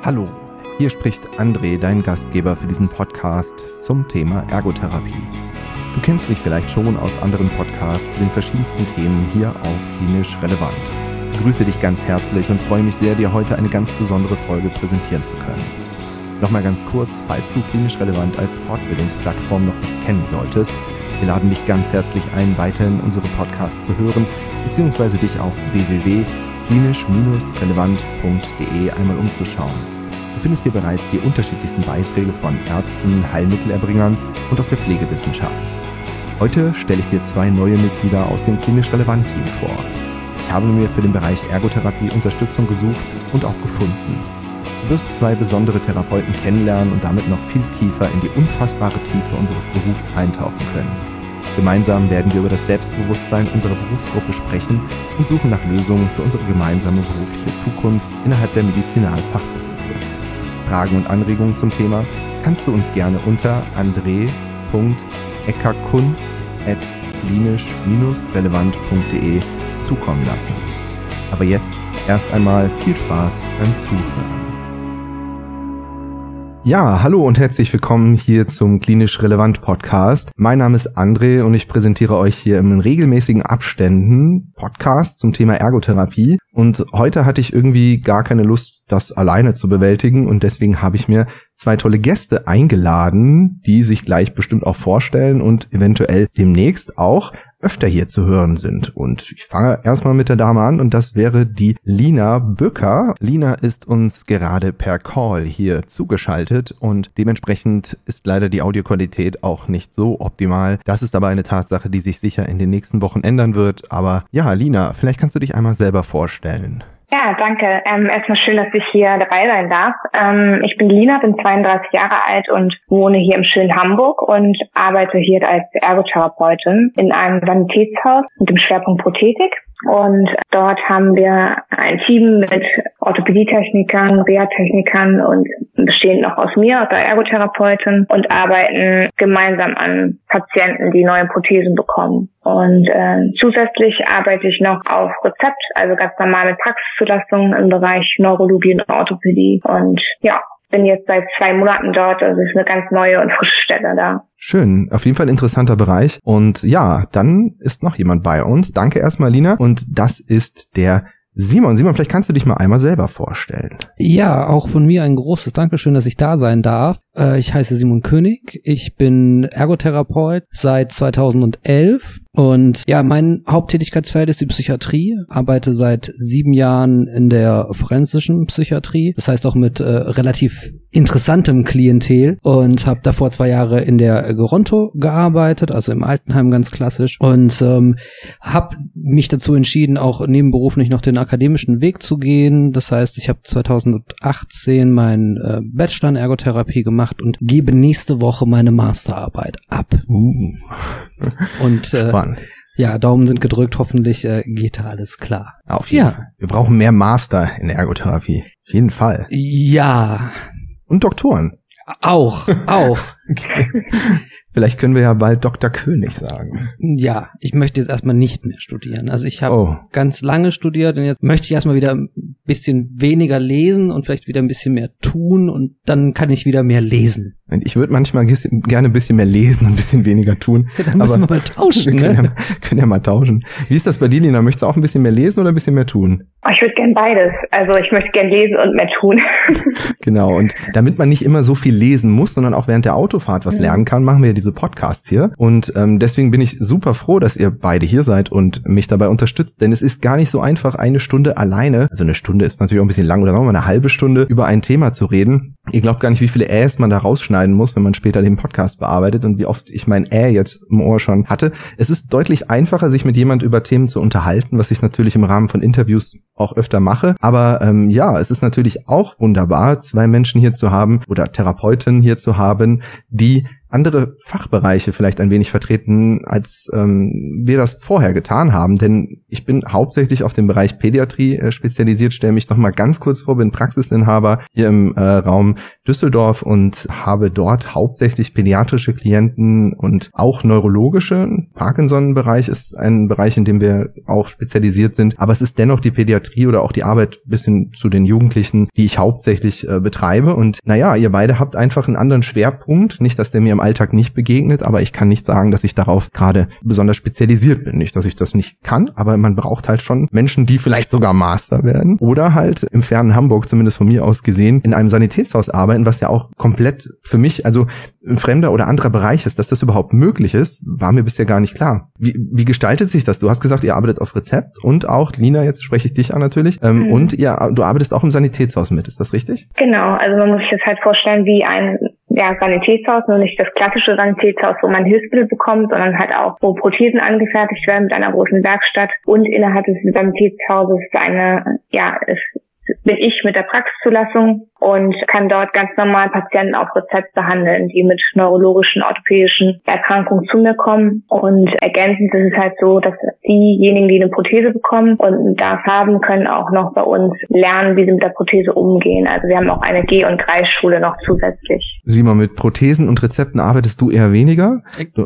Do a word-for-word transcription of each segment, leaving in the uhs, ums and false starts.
Hallo, hier spricht André, dein Gastgeber für diesen Podcast zum Thema Ergotherapie. Du kennst mich vielleicht schon aus anderen Podcasts zu den verschiedensten Themen hier auf Klinisch Relevant. Ich begrüße dich ganz herzlich und freue mich sehr, dir heute eine ganz besondere Folge präsentieren zu können. Nochmal ganz kurz, falls du Klinisch Relevant als Fortbildungsplattform noch nicht kennen solltest, wir laden dich ganz herzlich ein, weiterhin unsere Podcasts zu hören, beziehungsweise dich auf w w w punkt klinisch relevant punkt de einmal umzuschauen. Du findest hier bereits die unterschiedlichsten Beiträge von Ärzten, Heilmittelerbringern und aus der Pflegewissenschaft. Heute stelle ich dir zwei neue Mitglieder aus dem Klinisch Relevant Team vor. Ich habe mir für den Bereich Ergotherapie Unterstützung gesucht und auch gefunden. Du wirst zwei besondere Therapeuten kennenlernen und damit noch viel tiefer in die unfassbare Tiefe unseres Berufs eintauchen können. Gemeinsam werden wir über das Selbstbewusstsein unserer Berufsgruppe sprechen und suchen nach Lösungen für unsere gemeinsame berufliche Zukunft innerhalb der Medizinalfachberufe. Fragen und Anregungen zum Thema kannst du uns gerne unter andre punkt eckerkunst at klinisch relevant punkt de zukommen lassen. Aber jetzt erst einmal viel Spaß beim Zuhören. Ja, hallo und herzlich willkommen hier zum Klinisch Relevant Podcast. Mein Name ist André und ich präsentiere euch hier in regelmäßigen Abständen Podcasts zum Thema Ergotherapie. Und heute hatte ich irgendwie gar keine Lust, das alleine zu bewältigen und deswegen habe ich mir zwei tolle Gäste eingeladen, die sich gleich bestimmt auch vorstellen und eventuell demnächst auch öfter hier zu hören sind. Und ich fange erstmal mit der Dame an und das wäre die Lina Bücker. Lina ist uns gerade per Call hier zugeschaltet und dementsprechend ist leider die Audioqualität auch nicht so optimal. Das ist aber eine Tatsache, die sich sicher in den nächsten Wochen ändern wird. Aber ja, Lina, vielleicht kannst du dich einmal selber vorstellen. Ja, danke. Ähm, erstmal schön, dass ich hier dabei sein darf. Ähm, ich bin Lina, bin zweiunddreißig Jahre alt und wohne hier im schönen Hamburg und arbeite hier als Ergotherapeutin in einem Sanitätshaus mit dem Schwerpunkt Prothetik. Und dort haben wir ein Team mit Orthopädietechnikern, Reha-Technikern und bestehend noch aus mir, aus der Ergotherapeutin und arbeiten gemeinsam an Patienten, die neue Prothesen bekommen. Und äh, zusätzlich arbeite ich noch auf Rezept, also ganz normal mit Praxiszulassungen im Bereich Neurologie und Orthopädie. Und ja, bin jetzt seit zwei Monaten dort, also ist eine ganz neue und frische Stelle da. Schön, auf jeden Fall ein interessanter Bereich. Und ja, dann ist noch jemand bei uns. Danke erstmal, Lina. Und das ist der Simon. Simon, vielleicht kannst du dich mal einmal selber vorstellen. Ja, auch von mir ein großes Dankeschön, dass ich da sein darf. Äh, ich heiße Simon König. Ich bin Ergotherapeut seit zweitausendelf. Und ja, mein Haupttätigkeitsfeld ist die Psychiatrie, arbeite seit sieben Jahren in der forensischen Psychiatrie, das heißt auch mit äh, relativ interessantem Klientel und habe davor zwei Jahre in der Geronto gearbeitet, also im Altenheim ganz klassisch und ähm, habe mich dazu entschieden, auch nebenberuflich noch den akademischen Weg zu gehen. Das heißt, ich habe zweitausendachtzehn meinen äh, Bachelor in Ergotherapie gemacht und gebe nächste Woche meine Masterarbeit ab. Uh. Und äh, ja, Daumen sind gedrückt, hoffentlich äh, geht da alles klar. Auf jeden ja. Fall. Wir brauchen mehr Master in der Ergotherapie. Auf jeden Fall. Ja. Und Doktoren. Auch, auch. Okay. Vielleicht können wir ja bald Doktor König sagen. Ja, ich möchte jetzt erstmal nicht mehr studieren. Also ich habe oh. ganz lange studiert und jetzt möchte ich erstmal wieder ein bisschen weniger lesen und vielleicht wieder ein bisschen mehr tun und dann kann ich wieder mehr lesen. Ich würde manchmal gerne ein bisschen mehr lesen und ein bisschen weniger tun. Ja, dann müssen wir mal tauschen, wir können, ne? ja, können ja mal tauschen. Wie ist das bei dir, Lina? Möchtest du auch ein bisschen mehr lesen oder ein bisschen mehr tun? Ich würde gern beides. Also ich möchte gern lesen und mehr tun. Genau, und damit man nicht immer so viel lesen muss, sondern auch während der Autofahrt was lernen kann, machen wir ja diese Podcasts hier. Und ähm, deswegen bin ich super froh, dass ihr beide hier seid und mich dabei unterstützt, denn es ist gar nicht so einfach, eine Stunde alleine, also eine Stunde ist natürlich auch ein bisschen lang, oder sagen wir mal eine halbe Stunde, über ein Thema zu reden. Ihr glaubt gar nicht, wie viele Äs man da rausschneiden muss, wenn man später den Podcast bearbeitet und wie oft ich mein Ä jetzt im Ohr schon hatte. Es ist deutlich einfacher, sich mit jemand über Themen zu unterhalten, was ich natürlich im Rahmen von Interviews auch öfter mache. Aber ähm, ja, es ist natürlich auch wunderbar, zwei Menschen hier zu haben oder Therapeuten hier zu haben, die andere Fachbereiche vielleicht ein wenig vertreten, als ähm, wir das vorher getan haben. Denn ich bin hauptsächlich auf den Bereich Pädiatrie äh, spezialisiert, stelle mich noch mal ganz kurz vor, bin Praxisinhaber hier im äh, Raum Düsseldorf und habe dort hauptsächlich pädiatrische Klienten und auch neurologische. Parkinson-Bereich ist ein Bereich, in dem wir auch spezialisiert sind. Aber es ist dennoch die Pädiatrie oder auch die Arbeit bis hin zu den Jugendlichen, die ich hauptsächlich äh, betreibe. Und naja, ihr beide habt einfach einen anderen Schwerpunkt. Nicht, dass der mir im Alltag nicht begegnet, aber ich kann nicht sagen, dass ich darauf gerade besonders spezialisiert bin. Nicht, dass ich das nicht kann, aber man braucht halt schon Menschen, die vielleicht sogar Master werden oder halt im fernen Hamburg, zumindest von mir aus gesehen, in einem Sanitätshaus arbeiten, was ja auch komplett für mich, also ein fremder oder anderer Bereich ist. Dass das überhaupt möglich ist, war mir bisher gar nicht klar. Wie, wie gestaltet sich das? Du hast gesagt, ihr arbeitet auf Rezept und auch, Lina, jetzt spreche ich dich an natürlich, ähm, mhm. und ihr, du arbeitest auch im Sanitätshaus mit, ist das richtig? Genau, also man muss sich das halt vorstellen wie ein ja, Sanitätshaus, nur nicht das klassische Sanitätshaus, wo man Hilfsmittel bekommt, sondern halt auch, wo Prothesen angefertigt werden mit einer großen Werkstatt und innerhalb des Sanitätshauses eine, ja, es bin ich mit der Praxiszulassung und kann dort ganz normal Patienten auf Rezept behandeln, die mit neurologischen, orthopädischen Erkrankungen zu mir kommen. Und ergänzend ist es halt so, dass diejenigen, die eine Prothese bekommen und einen Darf haben, können auch noch bei uns lernen, wie sie mit der Prothese umgehen. Also wir haben auch eine Geh- und Greifschule noch zusätzlich. Simon, mit Prothesen und Rezepten arbeitest du eher weniger?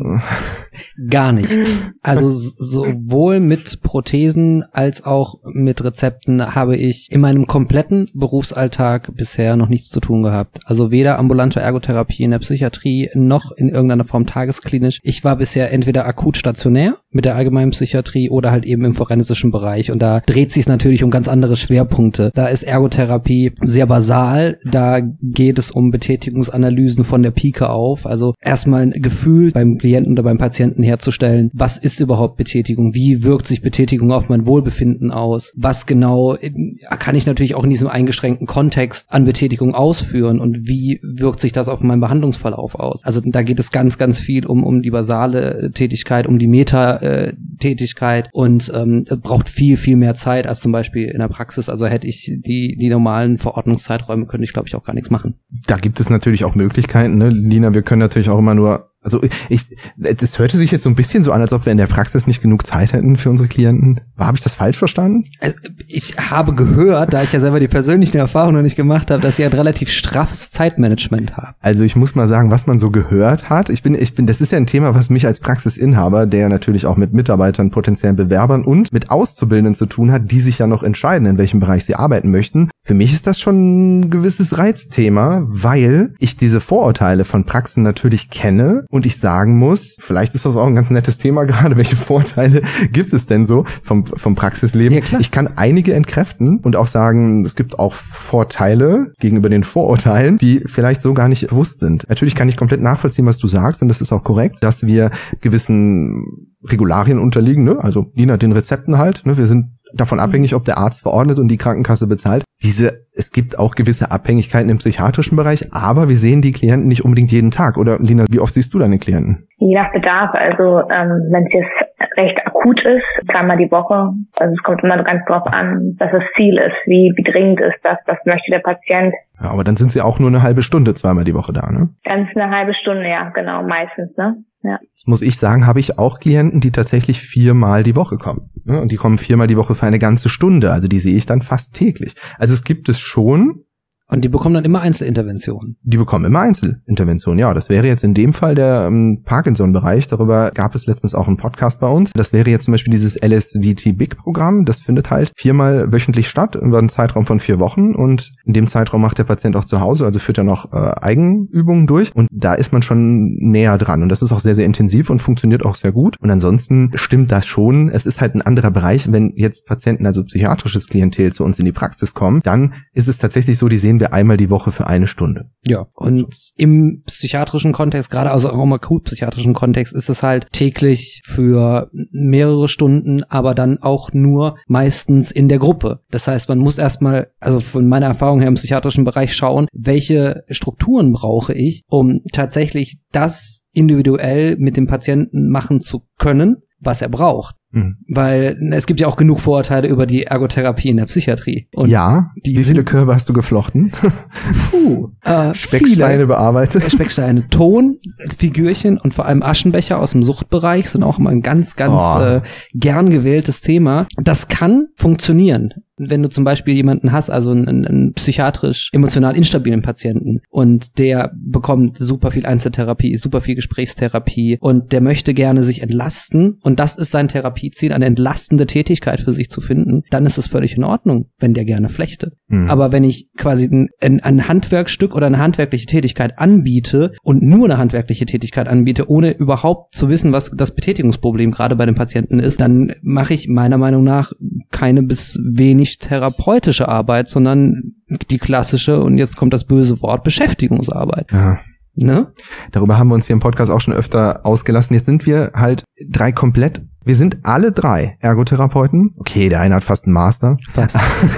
Gar nicht. Also sowohl mit Prothesen als auch mit Rezepten habe ich in meinem kompletten Berufsalltag bisher noch nichts zu tun gehabt. Also weder ambulante Ergotherapie in der Psychiatrie noch in irgendeiner Form tagesklinisch. Ich war bisher entweder akut stationär mit der allgemeinen Psychiatrie oder halt eben im forensischen Bereich. Und da dreht sich es natürlich um ganz andere Schwerpunkte. Da ist Ergotherapie sehr basal. Da geht es um Betätigungsanalysen von der Pike auf. Also erstmal ein Gefühl beim Klienten oder beim Patienten herzustellen, was ist überhaupt Betätigung? Wie wirkt sich Betätigung auf mein Wohlbefinden aus? Was genau kann ich natürlich auch in diesem eingeschränkten Kontext an Betätigung ausführen und wie wirkt sich das auf meinen Behandlungsverlauf aus? Also da geht es ganz, ganz viel um um die basale Tätigkeit, um die Meta-Tätigkeit und ähm, braucht viel, viel mehr Zeit als zum Beispiel in der Praxis. Also hätte ich die die normalen Verordnungszeiträume, könnte ich, glaube ich, auch gar nichts machen. Da gibt es natürlich auch Möglichkeiten, ne? Lina, wir können natürlich auch immer nur Also ich, das hörte sich jetzt so ein bisschen so an, als ob wir in der Praxis nicht genug Zeit hätten für unsere Klienten. Habe ich das falsch verstanden? Also ich habe gehört, da ich ja selber die persönlichen Erfahrungen noch nicht gemacht habe, dass ihr ein relativ straffes Zeitmanagement habt. Also ich muss mal sagen, was man so gehört hat. Ich bin, ich bin, das ist ja ein Thema, was mich als Praxisinhaber, der natürlich auch mit Mitarbeitern, potenziellen Bewerbern und mit Auszubildenden zu tun hat, die sich ja noch entscheiden, in welchem Bereich sie arbeiten möchten. Für mich ist das schon ein gewisses Reizthema, weil ich diese Vorurteile von Praxen natürlich kenne. Und ich sagen muss, vielleicht ist das auch ein ganz nettes Thema gerade, welche Vorteile gibt es denn so vom, vom Praxisleben? Ja, klar. Ich kann einige entkräften und auch sagen, es gibt auch Vorteile gegenüber den Vorurteilen, die vielleicht so gar nicht bewusst sind. Natürlich kann ich komplett nachvollziehen, was du sagst, und das ist auch korrekt, dass wir gewissen Regularien unterliegen, ne? Also Lina, den Rezepten halt, ne? Wir sind davon abhängig, ob der Arzt verordnet und die Krankenkasse bezahlt. Diese, es gibt auch gewisse Abhängigkeiten im psychiatrischen Bereich, aber wir sehen die Klienten nicht unbedingt jeden Tag. Oder Lina, wie oft siehst du deine Klienten? Je nach Bedarf. Also ähm, wenn es jetzt recht akut ist, zweimal die Woche. Also es kommt immer ganz drauf an, was das Ziel ist, wie, wie dringend ist das, was möchte der Patient. Ja, aber dann sind sie auch nur eine halbe Stunde zweimal die Woche da, ne? Ganz eine halbe Stunde, ja, genau, meistens, ne? Ja. Das muss ich sagen, habe ich auch Klienten, die tatsächlich viermal die Woche kommen. Und die kommen viermal die Woche für eine ganze Stunde. Also die sehe ich dann fast täglich. Also es gibt es schon. Und die bekommen dann immer Einzelinterventionen? Die bekommen immer Einzelinterventionen, ja. Das wäre jetzt in dem Fall der ähm, Parkinson-Bereich. Darüber gab es letztens auch einen Podcast bei uns. Das wäre jetzt zum Beispiel dieses L S V T-Big-Programm. Das findet halt viermal wöchentlich statt, über einen Zeitraum von vier Wochen. Und in dem Zeitraum macht der Patient auch zu Hause, also führt er noch äh, Eigenübungen durch. Und da ist man schon näher dran. Und das ist auch sehr, sehr intensiv und funktioniert auch sehr gut. Und ansonsten stimmt das schon. Es ist halt ein anderer Bereich. Wenn jetzt Patienten, also psychiatrisches Klientel, zu uns in die Praxis kommen, dann ist es tatsächlich so, die sehen wir einmal die Woche für eine Stunde. Ja, und im psychiatrischen Kontext, gerade also auch im akut-psychiatrischen Kontext, ist es halt täglich für mehrere Stunden, aber dann auch nur meistens in der Gruppe. Das heißt, man muss erstmal, also von meiner Erfahrung her im psychiatrischen Bereich schauen, welche Strukturen brauche ich, um tatsächlich das individuell mit dem Patienten machen zu können, was er braucht. Mhm. Weil es gibt ja auch genug Vorurteile über die Ergotherapie in der Psychiatrie. Und ja, die wie viele Körbe hast du geflochten? Puh, äh, Specksteine viele. bearbeitet? Specksteine, Ton, Figürchen und vor allem Aschenbecher aus dem Suchtbereich sind auch immer ein ganz, ganz oh. äh, gern gewähltes Thema. Das kann funktionieren. Wenn du zum Beispiel jemanden hast, also einen, einen psychiatrisch emotional instabilen Patienten und der bekommt super viel Einzeltherapie, super viel Gesprächstherapie und der möchte gerne sich entlasten und das ist sein Therapieziel, eine entlastende Tätigkeit für sich zu finden, dann ist es völlig in Ordnung, wenn der gerne flechtet. Mhm. Aber wenn ich quasi ein, ein Handwerkstück oder eine handwerkliche Tätigkeit anbiete und nur eine handwerkliche Tätigkeit anbiete, ohne überhaupt zu wissen, was das Betätigungsproblem gerade bei dem Patienten ist, dann mache ich meiner Meinung nach keine bis wenig therapeutische Arbeit, sondern die klassische, und jetzt kommt das böse Wort, Beschäftigungsarbeit. Ja. Ne? Darüber haben wir uns hier im Podcast auch schon öfter ausgelassen. Jetzt sind wir halt drei komplett, wir sind alle drei Ergotherapeuten. Okay, der eine hat fast einen Master. Fast.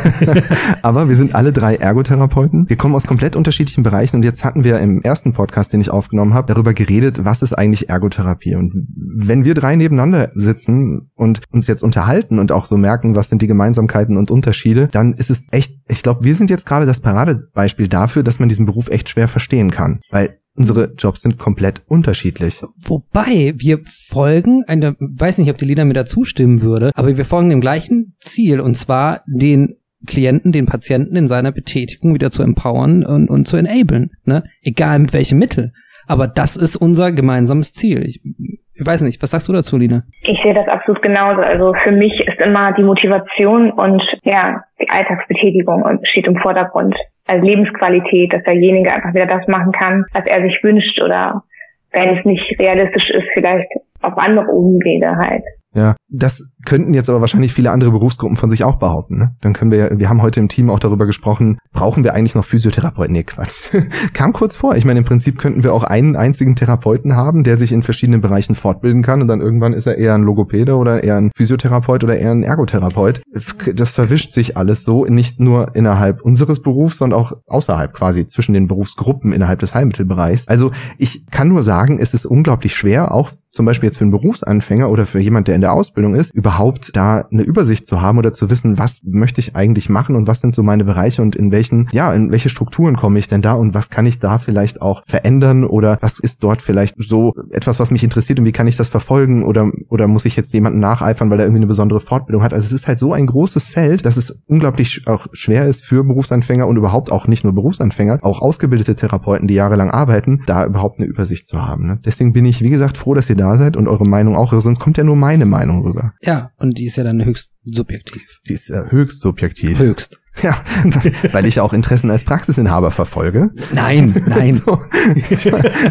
Aber wir sind alle drei Ergotherapeuten. Wir kommen aus komplett unterschiedlichen Bereichen und jetzt hatten wir im ersten Podcast, den ich aufgenommen habe, darüber geredet, was ist eigentlich Ergotherapie? Und wenn wir drei nebeneinander sitzen und uns jetzt unterhalten und auch so merken, was sind die Gemeinsamkeiten und Unterschiede, dann ist es echt, ich glaube, wir sind jetzt gerade das Paradebeispiel dafür, dass man diesen Beruf echt schwer verstehen kann. Weil unsere Jobs sind komplett unterschiedlich. Wobei, wir folgen, eine, weiß nicht, ob die Lina mir da zustimmen würde, aber wir folgen dem gleichen Ziel, und zwar den Klienten, den Patienten in seiner Betätigung wieder zu empowern und, und zu enablen, ne? Egal mit welchem Mittel. Aber das ist unser gemeinsames Ziel. Ich, ich weiß nicht, was sagst du dazu, Lina? Ich sehe das absolut genauso. Also für mich ist immer die Motivation und ja die Alltagsbetätigung und steht im Vordergrund. Also Lebensqualität, dass derjenige einfach wieder das machen kann, was er sich wünscht, oder wenn es nicht realistisch ist, vielleicht auf andere Umwege halt. Ja, das könnten jetzt aber wahrscheinlich viele andere Berufsgruppen von sich auch behaupten, ne? Dann können wir, wir haben heute im Team auch darüber gesprochen, brauchen wir eigentlich noch Physiotherapeuten? Nee, Quatsch. Kam kurz vor. Ich meine, im Prinzip könnten wir auch einen einzigen Therapeuten haben, der sich in verschiedenen Bereichen fortbilden kann und dann irgendwann ist er eher ein Logopäde oder eher ein Physiotherapeut oder eher ein Ergotherapeut. Das verwischt sich alles so, nicht nur innerhalb unseres Berufs, sondern auch außerhalb, quasi zwischen den Berufsgruppen innerhalb des Heilmittelbereichs. Also ich kann nur sagen, es ist unglaublich schwer, auch zum Beispiel jetzt für einen Berufsanfänger oder für jemand, der in der Ausbildung ist, überhaupt da eine Übersicht zu haben oder zu wissen, was möchte ich eigentlich machen und was sind so meine Bereiche und in welchen, ja, in welche Strukturen komme ich denn da und was kann ich da vielleicht auch verändern oder was ist dort vielleicht so etwas, was mich interessiert und wie kann ich das verfolgen oder, oder muss ich jetzt jemanden nacheifern, weil er irgendwie eine besondere Fortbildung hat. Also es ist halt so ein großes Feld, dass es unglaublich auch schwer ist für Berufsanfänger und überhaupt auch nicht nur Berufsanfänger, auch ausgebildete Therapeuten, die jahrelang arbeiten, da überhaupt eine Übersicht zu haben. Ne? Deswegen bin ich, wie gesagt, froh, dass ihr da seid und eure Meinung auch, sonst kommt ja nur meine Meinung rüber. Ja, und die ist ja dann höchst subjektiv. Die ist ja höchst subjektiv. Höchst. Ja, weil ich auch Interessen als Praxisinhaber verfolge. Nein, nein. So, ich,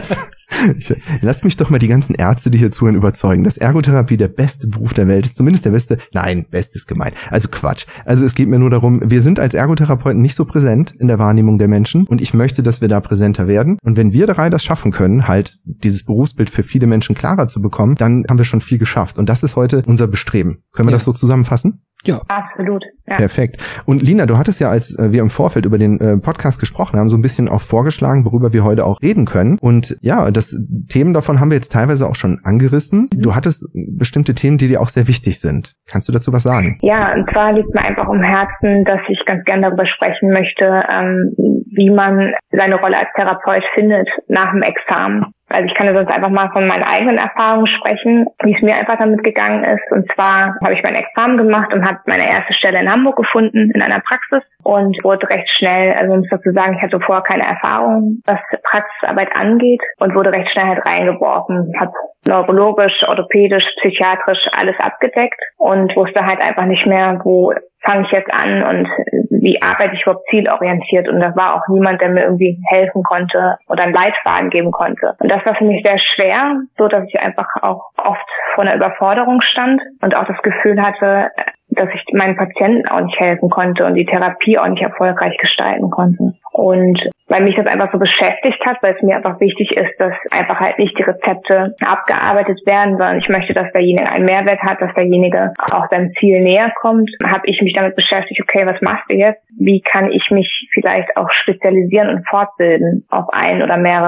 ich, lasst mich doch mal die ganzen Ärzte, die hier zuhören, überzeugen, dass Ergotherapie der beste Beruf der Welt ist, zumindest der beste, nein, best ist gemeint, also Quatsch. Also es geht mir nur darum, wir sind als Ergotherapeuten nicht so präsent in der Wahrnehmung der Menschen und ich möchte, dass wir da präsenter werden und wenn wir drei das schaffen können, halt dieses Berufsbild für viele Menschen klarer zu bekommen, dann haben wir schon viel geschafft und das ist heute unser Bestreben. Können wir ja. das so zusammenfassen? Ja. Absolut. Ja. Perfekt. Und Lina, du hattest ja, als wir im Vorfeld über den äh, Podcast gesprochen haben, so ein bisschen auch vorgeschlagen, worüber wir heute auch reden können. Und ja, das Themen davon haben wir jetzt teilweise auch schon angerissen. Du hattest bestimmte Themen, die dir auch sehr wichtig sind. Kannst du dazu was sagen? Ja, und zwar liegt mir einfach um Herzen, dass ich ganz gerne darüber sprechen möchte, ähm, wie man seine Rolle als Therapeut findet nach dem Examen. Also ich kann ja sonst einfach mal von meinen eigenen Erfahrungen sprechen, wie es mir einfach damit gegangen ist. Und zwar habe ich mein Examen gemacht und habe meine erste Stelle in Hamburg gefunden, in einer Praxis. Und wurde recht schnell, also um es dazu sagen, ich hatte vorher keine Erfahrung, was Praxisarbeit angeht. Und wurde recht schnell halt reingeworfen. Habe neurologisch, orthopädisch, psychiatrisch alles abgedeckt. Und wusste halt einfach nicht mehr, wo fange ich jetzt an und wie arbeite ich überhaupt zielorientiert. Und da war auch niemand, der mir irgendwie helfen konnte oder einen Leitfaden geben konnte. Und das war für mich sehr schwer, so dass ich einfach auch oft vor einer Überforderung stand und auch das Gefühl hatte, dass ich meinen Patienten auch nicht helfen konnte und die Therapie auch nicht erfolgreich gestalten konnte. Und weil mich das einfach so beschäftigt hat, weil es mir einfach wichtig ist, dass einfach halt nicht die Rezepte abgearbeitet werden, sondern ich möchte, dass derjenige einen Mehrwert hat, dass derjenige auch seinem Ziel näher kommt, habe ich mich damit beschäftigt, okay, was machst du jetzt? Wie kann ich mich vielleicht auch spezialisieren und fortbilden auf ein oder mehrere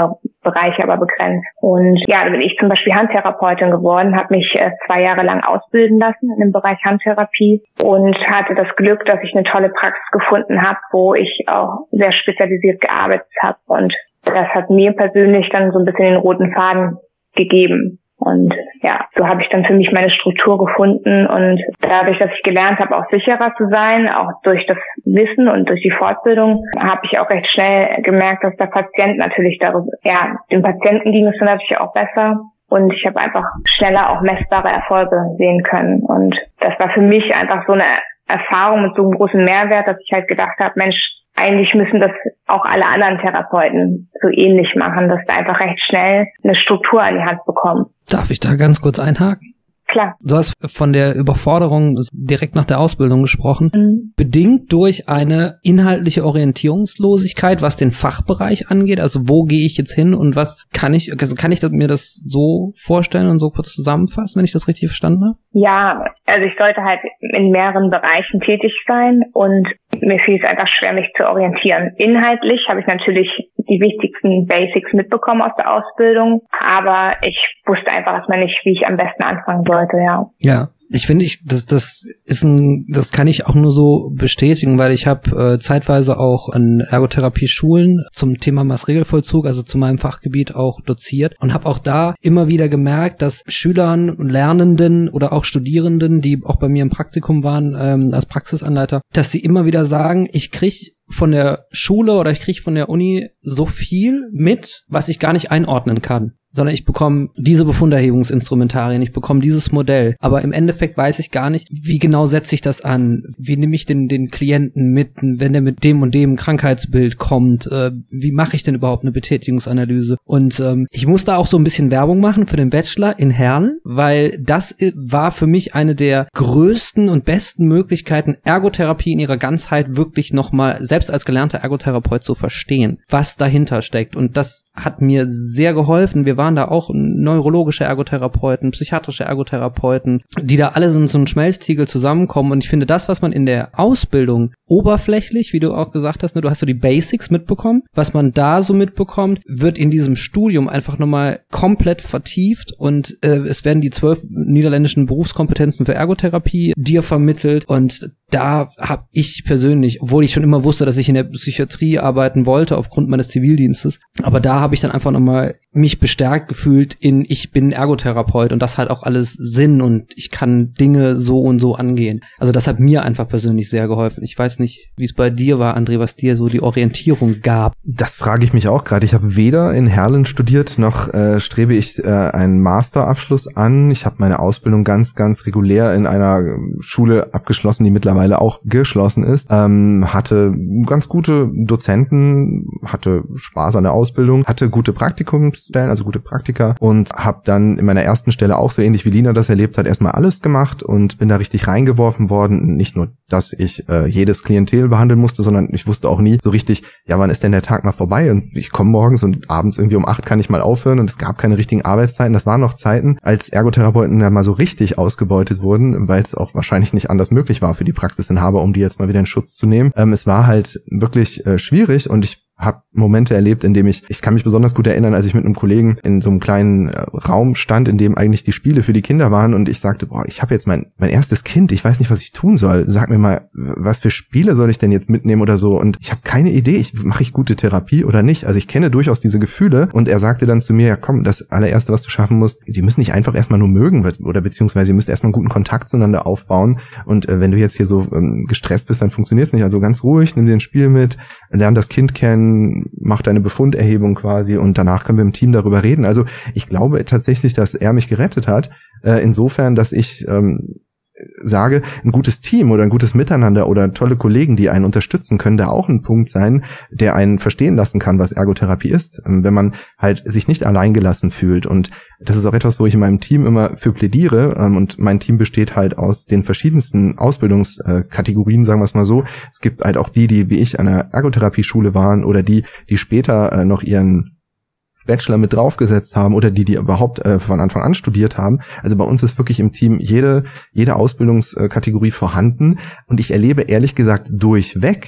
Bereiche aber begrenzt. Und ja, da bin ich zum Beispiel Handtherapeutin geworden, habe mich äh, zwei Jahre lang ausbilden lassen in dem Bereich Handtherapie und hatte das Glück, dass ich eine tolle Praxis gefunden habe, wo ich auch sehr spezialisiert gearbeitet habe. Und das hat mir persönlich dann so ein bisschen den roten Faden gegeben. Und ja, so habe ich dann für mich meine Struktur gefunden und dadurch, dass ich gelernt habe, auch sicherer zu sein, auch durch das Wissen und durch die Fortbildung, habe ich auch recht schnell gemerkt, dass der Patient natürlich darüber, ja, dem Patienten ging es dann natürlich auch besser und ich habe einfach schneller auch messbare Erfolge sehen können. Und das war für mich einfach so eine Erfahrung mit so einem großen Mehrwert, dass ich halt gedacht habe, Mensch, eigentlich müssen das auch alle anderen Therapeuten so ähnlich machen, dass da einfach recht schnell eine Struktur an die Hand bekommen. Darf ich da ganz kurz einhaken? Klar. Du hast von der Überforderung direkt nach der Ausbildung gesprochen, Mhm. bedingt durch eine inhaltliche Orientierungslosigkeit, was den Fachbereich angeht. Also wo gehe ich jetzt hin und was kann ich, also kann ich mir das so vorstellen und so kurz zusammenfassen, wenn ich das richtig verstanden habe? Ja, also ich sollte halt in mehreren Bereichen tätig sein und mir fiel es einfach schwer, mich zu orientieren. Inhaltlich habe ich natürlich die wichtigsten Basics mitbekommen aus der Ausbildung, aber ich wusste einfach erstmal nicht, wie ich am besten anfangen sollte, ja. Ja. Ich finde, ich das das ist ein das kann ich auch nur so bestätigen, weil ich habe äh, zeitweise auch an Ergotherapie-Schulen zum Thema Maßregelvollzug, also zu meinem Fachgebiet auch doziert und habe auch da immer wieder gemerkt, dass Schülern und Lernenden oder auch Studierenden, die auch bei mir im Praktikum waren ähm, als Praxisanleiter, dass sie immer wieder sagen, ich krieg von der Schule oder ich krieg von der Uni so viel mit, was ich gar nicht einordnen kann. Sondern ich bekomme diese Befunderhebungsinstrumentarien, ich bekomme dieses Modell. Aber im Endeffekt weiß ich gar nicht, wie genau setze ich das an? Wie nehme ich den, den Klienten mit, wenn der mit dem und dem Krankheitsbild kommt? Äh, wie mache ich denn überhaupt eine Betätigungsanalyse? Und ähm, ich muss da auch so ein bisschen Werbung machen für den Bachelor in Herlen, weil das war für mich eine der größten und besten Möglichkeiten, Ergotherapie in ihrer Ganzheit wirklich nochmal, selbst als gelernter Ergotherapeut, zu verstehen, was dahinter steckt. Und das hat mir sehr geholfen. Wir waren da auch neurologische Ergotherapeuten, psychiatrische Ergotherapeuten, die da alle so in so einen Schmelztiegel zusammenkommen. Und ich finde, das, was man in der Ausbildung oberflächlich, wie du auch gesagt hast, ne, du hast so die Basics mitbekommen, was man da so mitbekommt, wird in diesem Studium einfach nochmal komplett vertieft und äh, es werden die zwölf niederländischen Berufskompetenzen für Ergotherapie dir vermittelt und da habe ich persönlich, obwohl ich schon immer wusste, dass ich in der Psychiatrie arbeiten wollte aufgrund meines Zivildienstes, aber da habe ich dann einfach nochmal mich bestärkt gefühlt in, ich bin Ergotherapeut und das hat auch alles Sinn und ich kann Dinge so und so angehen. Also das hat mir einfach persönlich sehr geholfen. Ich weiß nicht, wie es bei dir war, André, was dir so die Orientierung gab. Das frage ich mich auch gerade. Ich habe weder in Herlen studiert, noch äh, strebe ich äh, einen Masterabschluss an. Ich habe meine Ausbildung ganz, ganz regulär in einer Schule abgeschlossen, die mittlerweile auch geschlossen ist. Ähm, hatte ganz gute Dozenten, hatte Spaß an der Ausbildung, hatte gute Praktikumsstellen, also gute Praktika und habe dann in meiner ersten Stelle auch so ähnlich wie Lina das erlebt hat, erstmal alles gemacht und bin da richtig reingeworfen worden. Nicht nur, dass ich äh, jedes Klientel behandeln musste, sondern ich wusste auch nie so richtig, ja, wann ist denn der Tag mal vorbei? Und ich komme morgens und abends irgendwie um acht kann ich mal aufhören und es gab keine richtigen Arbeitszeiten. Das waren noch Zeiten, als Ergotherapeuten ja mal so richtig ausgebeutet wurden, weil es auch wahrscheinlich nicht anders möglich war für die Praxisinhaber, um die jetzt mal wieder in Schutz zu nehmen. Ähm, es war halt wirklich äh, schwierig und ich habe Momente erlebt, in dem ich, ich kann mich besonders gut erinnern, als ich mit einem Kollegen in so einem kleinen äh, Raum stand, in dem eigentlich die Spiele für die Kinder waren und ich sagte, boah, ich habe jetzt mein mein erstes Kind, ich weiß nicht, was ich tun soll. Sag mir mal, was für Spiele soll ich denn jetzt mitnehmen oder so? Und ich habe keine Idee, ich mache ich gute Therapie oder nicht? Also ich kenne durchaus diese Gefühle und er sagte dann zu mir, ja komm, das allererste, was du schaffen musst, die müssen nicht einfach erstmal nur mögen oder beziehungsweise ihr müsst erstmal einen guten Kontakt zueinander aufbauen und äh, wenn du jetzt hier so ähm, gestresst bist, dann funktioniert es nicht. Also ganz ruhig, nimm dir ein Spiel mit, lern das Kind kennen, mach deine Befunderhebung quasi und danach können wir im Team darüber reden. Also ich glaube tatsächlich, dass er mich gerettet hat, äh, insofern, dass ich ähm, sage, ein gutes Team oder ein gutes Miteinander oder tolle Kollegen, die einen unterstützen, können da auch ein Punkt sein, der einen verstehen lassen kann, was Ergotherapie ist, wenn man halt sich nicht alleingelassen fühlt. Und das ist auch etwas, wo ich in meinem Team immer für plädiere. Und mein Team besteht halt aus den verschiedensten Ausbildungskategorien, sagen wir es mal so. Es gibt halt auch die, die wie ich an einer Ergotherapie-Schule waren oder die, die später noch ihren Bachelor mit draufgesetzt haben oder die, die überhaupt äh, von Anfang an studiert haben. Also bei uns ist wirklich im Team jede jede Ausbildungskategorie vorhanden und ich erlebe ehrlich gesagt durchweg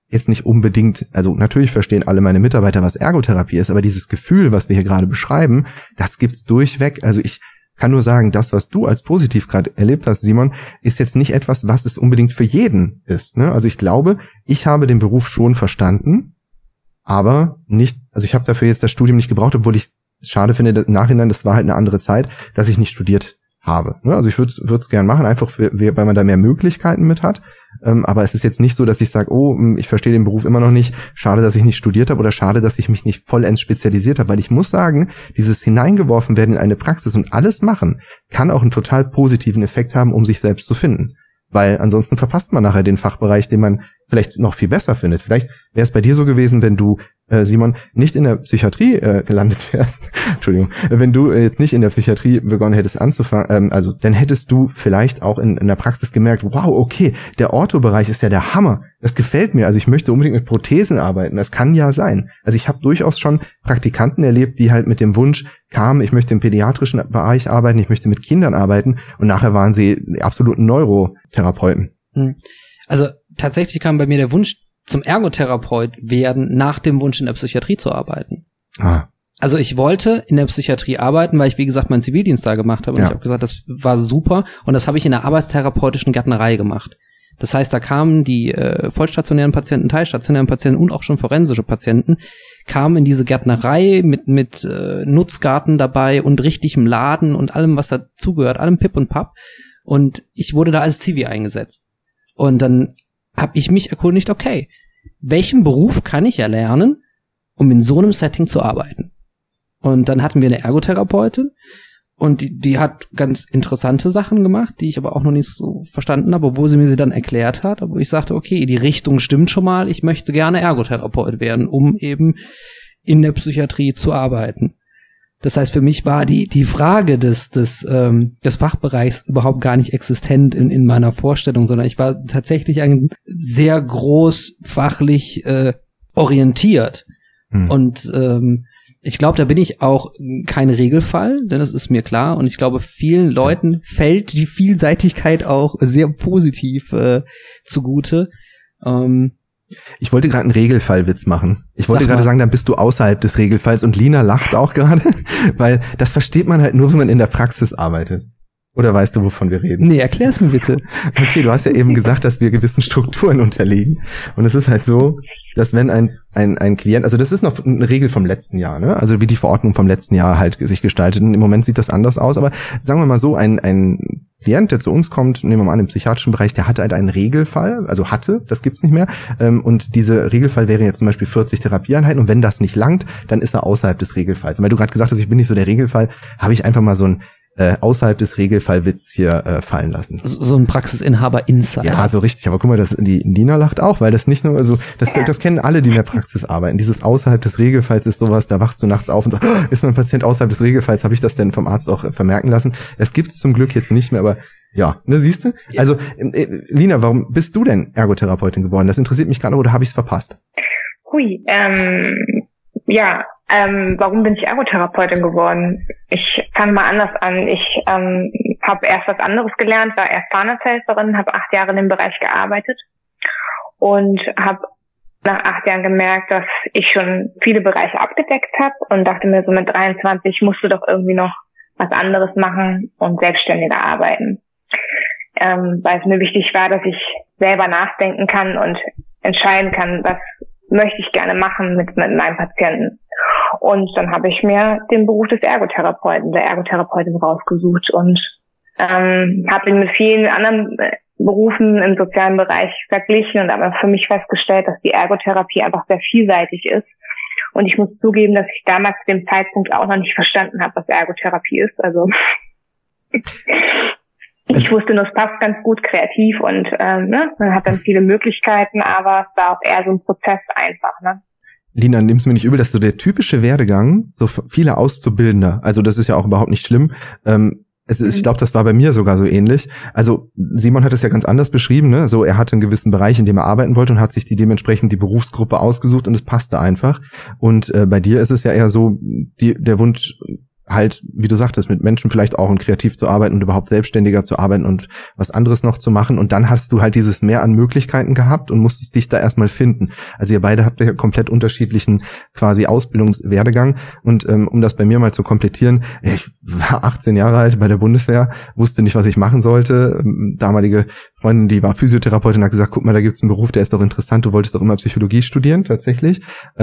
jetzt nicht unbedingt, also natürlich verstehen alle meine Mitarbeiter, was Ergotherapie ist, aber dieses Gefühl, was wir hier gerade beschreiben, das gibt's durchweg. Also ich kann nur sagen, das, was du als positiv gerade erlebt hast, Simon, ist jetzt nicht etwas, was es unbedingt für jeden ist. Ne? Also ich glaube, ich habe den Beruf schon verstanden, aber nicht, also ich habe dafür jetzt das Studium nicht gebraucht, obwohl ich es schade finde, im Nachhinein, das war halt eine andere Zeit, dass ich nicht studiert habe. Ne? Also ich würde es gern machen, einfach für, weil man da mehr Möglichkeiten mit hat. Ähm, aber es ist jetzt nicht so, dass ich sage, oh, ich verstehe den Beruf immer noch nicht, schade, dass ich nicht studiert habe oder schade, dass ich mich nicht vollends spezialisiert habe, weil ich muss sagen, dieses hineingeworfen werden in eine Praxis und alles machen, kann auch einen total positiven Effekt haben, um sich selbst zu finden. Weil ansonsten verpasst man nachher den Fachbereich, den man vielleicht noch viel besser findet. Vielleicht wäre es bei dir so gewesen, wenn du, äh, Simon, nicht in der Psychiatrie äh, gelandet wärst. Entschuldigung. Wenn du äh, jetzt nicht in der Psychiatrie begonnen hättest anzufangen, ähm, also dann hättest du vielleicht auch in, in der Praxis gemerkt, wow, okay, der Ortho-Bereich ist ja der Hammer. Das gefällt mir. Also ich möchte unbedingt mit Prothesen arbeiten. Das kann ja sein. Also ich habe durchaus schon Praktikanten erlebt, die halt mit dem Wunsch kamen, ich möchte im pädiatrischen Bereich arbeiten, ich möchte mit Kindern arbeiten und nachher waren sie die absoluten Neurotherapeuten. Also tatsächlich kam bei mir der Wunsch zum Ergotherapeut werden, nach dem Wunsch in der Psychiatrie zu arbeiten. Ah. Also ich wollte in der Psychiatrie arbeiten, weil ich, wie gesagt, meinen Zivildienst da gemacht habe. Und ja. Ich habe gesagt, das war super. Und das habe ich in der arbeitstherapeutischen Gärtnerei gemacht. Das heißt, da kamen die äh, vollstationären Patienten, teilstationären Patienten und auch schon forensische Patienten, kamen in diese Gärtnerei mit mit äh, Nutzgarten dabei und richtigem Laden und allem, was dazugehört, allem Pip und Papp. Und ich wurde da als Zivi eingesetzt. Und dann habe ich mich erkundigt, okay, welchen Beruf kann ich erlernen, um in so einem Setting zu arbeiten? Und dann hatten wir eine Ergotherapeutin und die, die hat ganz interessante Sachen gemacht, die ich aber auch noch nicht so verstanden habe, obwohl sie mir sie dann erklärt hat. Aber ich sagte, okay, die Richtung stimmt schon mal, ich möchte gerne Ergotherapeut werden, um eben in der Psychiatrie zu arbeiten. Das heißt, für mich war die die Frage des des ähm, des Fachbereichs überhaupt gar nicht existent in in meiner Vorstellung, sondern ich war tatsächlich ein sehr groß fachlich äh, orientiert. Hm. Und ähm, ich glaube, da bin ich auch kein Regelfall, denn das ist mir klar. Und ich glaube, vielen Leuten fällt die Vielseitigkeit auch sehr positiv äh, zugute. Ähm, Ich wollte gerade einen Regelfallwitz machen. Ich wollte gerade sagen, dann bist du außerhalb des Regelfalls und Lina lacht auch gerade, weil das versteht man halt nur, wenn man in der Praxis arbeitet. Oder weißt du, wovon wir reden? Nee, erklär's mir bitte. Okay, du hast ja eben gesagt, dass wir gewissen Strukturen unterliegen. Und es ist halt so, dass wenn ein, ein, ein Klient, also das ist noch eine Regel vom letzten Jahr, ne? Also wie die Verordnung vom letzten Jahr halt sich gestaltet. Im Moment sieht das anders aus, aber sagen wir mal so, ein, ein Klient, der zu uns kommt, nehmen wir mal an, im psychiatrischen Bereich, der hatte halt einen Regelfall, also hatte, das gibt's nicht mehr, und dieser Regelfall wäre jetzt zum Beispiel vierzig Therapieeinheiten, und wenn das nicht langt, dann ist er außerhalb des Regelfalls. Und weil du gerade gesagt hast, ich bin nicht so der Regelfall, habe ich einfach mal so ein äh, außerhalb des Regelfallwitz hier äh, fallen lassen. So, so ein Praxisinhaber-Insider. Ja, so richtig, aber guck mal, das, die Lina lacht auch, weil das nicht nur, also das, das kennen alle, die in der Praxis arbeiten. Dieses außerhalb des Regelfalls ist sowas, da wachst du nachts auf und sagst, oh, ist mein Patient außerhalb des Regelfalls, habe ich das denn vom Arzt auch äh, vermerken lassen? Es gibt's zum Glück jetzt nicht mehr, aber ja, ne, siehst du? Ja. Also, äh, Lina, warum bist du denn Ergotherapeutin geworden? Das interessiert mich gerade, oder habe ich es verpasst? Hui, ähm, ja, ähm, warum bin ich Ergotherapeutin geworden? Ich fange mal anders an. Ich ähm, habe erst was anderes gelernt, war erst Zahnarzthelferin, habe acht Jahre in dem Bereich gearbeitet und habe nach acht Jahren gemerkt, dass ich schon viele Bereiche abgedeckt habe und dachte mir so, mit dreiundzwanzig musst du doch irgendwie noch was anderes machen und selbstständiger arbeiten. Ähm, weil es mir wichtig war, dass ich selber nachdenken kann und entscheiden kann, was möchte ich gerne machen mit, mit meinem Patienten. Und dann habe ich mir den Beruf des Ergotherapeuten, der Ergotherapeutin rausgesucht und ähm, habe ihn mit vielen anderen Berufen im sozialen Bereich verglichen und habe für mich festgestellt, dass die Ergotherapie einfach sehr vielseitig ist. Und ich muss zugeben, dass ich damals zu dem Zeitpunkt auch noch nicht verstanden habe, was Ergotherapie ist. Also ich wusste nur, es passt ganz gut kreativ und ähm, ne, man hat dann viele Möglichkeiten, aber es war auch eher so ein Prozess einfach. Ne? Lina, nimm's mir nicht übel, dass so der typische Werdegang, so viele Auszubildende, also das ist ja auch überhaupt nicht schlimm, ähm, es ist, ich glaube, das war bei mir sogar so ähnlich. Also Simon hat es ja ganz anders beschrieben, ne? So, er hatte einen gewissen Bereich, in dem er arbeiten wollte und hat sich die dementsprechend die Berufsgruppe ausgesucht und es passte einfach. Und äh, bei dir ist es ja eher so, die, der Wunsch, halt, wie du sagtest, mit Menschen vielleicht auch und kreativ zu arbeiten und überhaupt selbstständiger zu arbeiten und was anderes noch zu machen. Und dann hast du halt dieses Mehr an Möglichkeiten gehabt und musstest dich da erstmal finden. Also ihr beide habt ja komplett unterschiedlichen quasi Ausbildungswerdegang. Und ähm, um das bei mir mal zu komplettieren, ich war achtzehn Jahre alt bei der Bundeswehr, wusste nicht, was ich machen sollte. Damalige Freundin, die war Physiotherapeutin, hat gesagt, guck mal, da gibt's einen Beruf, der ist doch interessant, du wolltest doch immer Psychologie studieren, tatsächlich.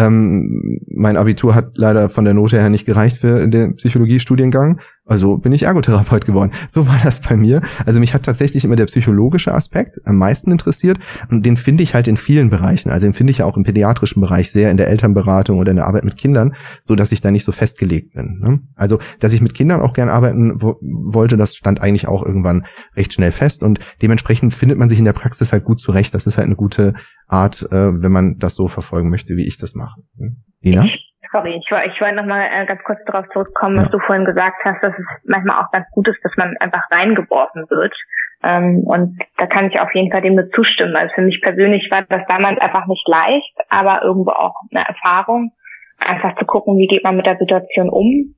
Ähm, mein Abitur hat leider von der Note her nicht gereicht für den Psychologiestudiengang, also bin ich Ergotherapeut geworden. So war das bei mir. Also mich hat tatsächlich immer der psychologische Aspekt am meisten interessiert und den finde ich halt in vielen Bereichen. Also den finde ich ja auch im pädiatrischen Bereich sehr, in der Elternberatung oder in der Arbeit mit Kindern, so dass ich da nicht so festgelegt bin. Ne? Also, dass ich mit Kindern auch gern arbeiten wo- wollte, das stand eigentlich auch irgendwann recht schnell fest und dementsprechend findet man sich in der Praxis halt gut zurecht. Das ist halt eine gute Art, äh, wenn man das so verfolgen möchte, wie ich das mache. Nina? Sorry, ich, ich wollte nochmal äh, ganz kurz darauf zurückkommen, was ja. du vorhin gesagt hast, dass es manchmal auch ganz gut ist, dass man einfach reingeworfen wird. Ähm, und da kann ich auf jeden Fall dem nur zustimmen. Also für mich persönlich war das damals einfach nicht leicht, aber irgendwo auch eine Erfahrung, einfach zu gucken, wie geht man mit der Situation um.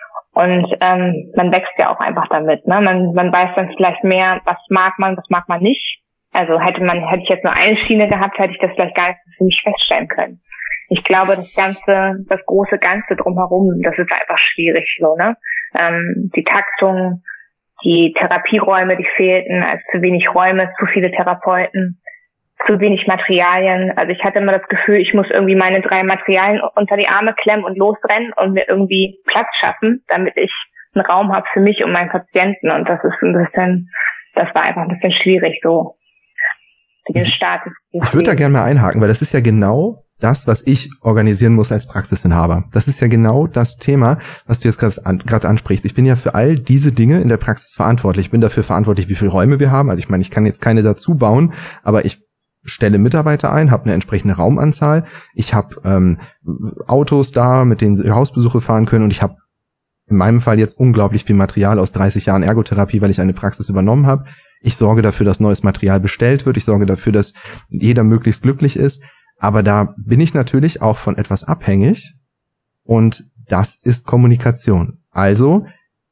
Und ähm, man wächst ja auch einfach damit. Ne? Man, man weiß dann vielleicht mehr, was mag man, was mag man nicht. Also hätte man, hätte ich jetzt nur eine Schiene gehabt, hätte ich das vielleicht gar nicht für mich feststellen können. Ich glaube, das Ganze, das große Ganze drumherum, das ist einfach schwierig so, ne? Ähm, die Taktung, die Therapieräume, die fehlten, also zu wenig Räume, zu viele Therapeuten, zu wenig Materialien. Also ich hatte immer das Gefühl, ich muss irgendwie meine drei Materialien unter die Arme klemmen und losrennen und mir irgendwie Platz schaffen, damit ich einen Raum habe für mich und meinen Patienten. Und das ist ein bisschen, das war einfach ein bisschen schwierig so. Den Start. Ich würde da gerne mal einhaken, weil das ist ja genau das, was ich organisieren muss als Praxisinhaber. Das ist ja genau das Thema, was du jetzt gerade ansprichst. Ich bin ja für all diese Dinge in der Praxis verantwortlich. Ich bin dafür verantwortlich, wie viele Räume wir haben. Also ich meine, ich kann jetzt keine dazu bauen, aber ich stelle Mitarbeiter ein, habe eine entsprechende Raumanzahl. Ich habe ähm, Autos da, mit denen sie Hausbesuche fahren können und ich habe in meinem Fall jetzt unglaublich viel Material aus dreißig Jahren Ergotherapie, weil ich eine Praxis übernommen habe. Ich sorge dafür, dass neues Material bestellt wird. Ich sorge dafür, dass jeder möglichst glücklich ist. Aber da bin ich natürlich auch von etwas abhängig und das ist Kommunikation. Also,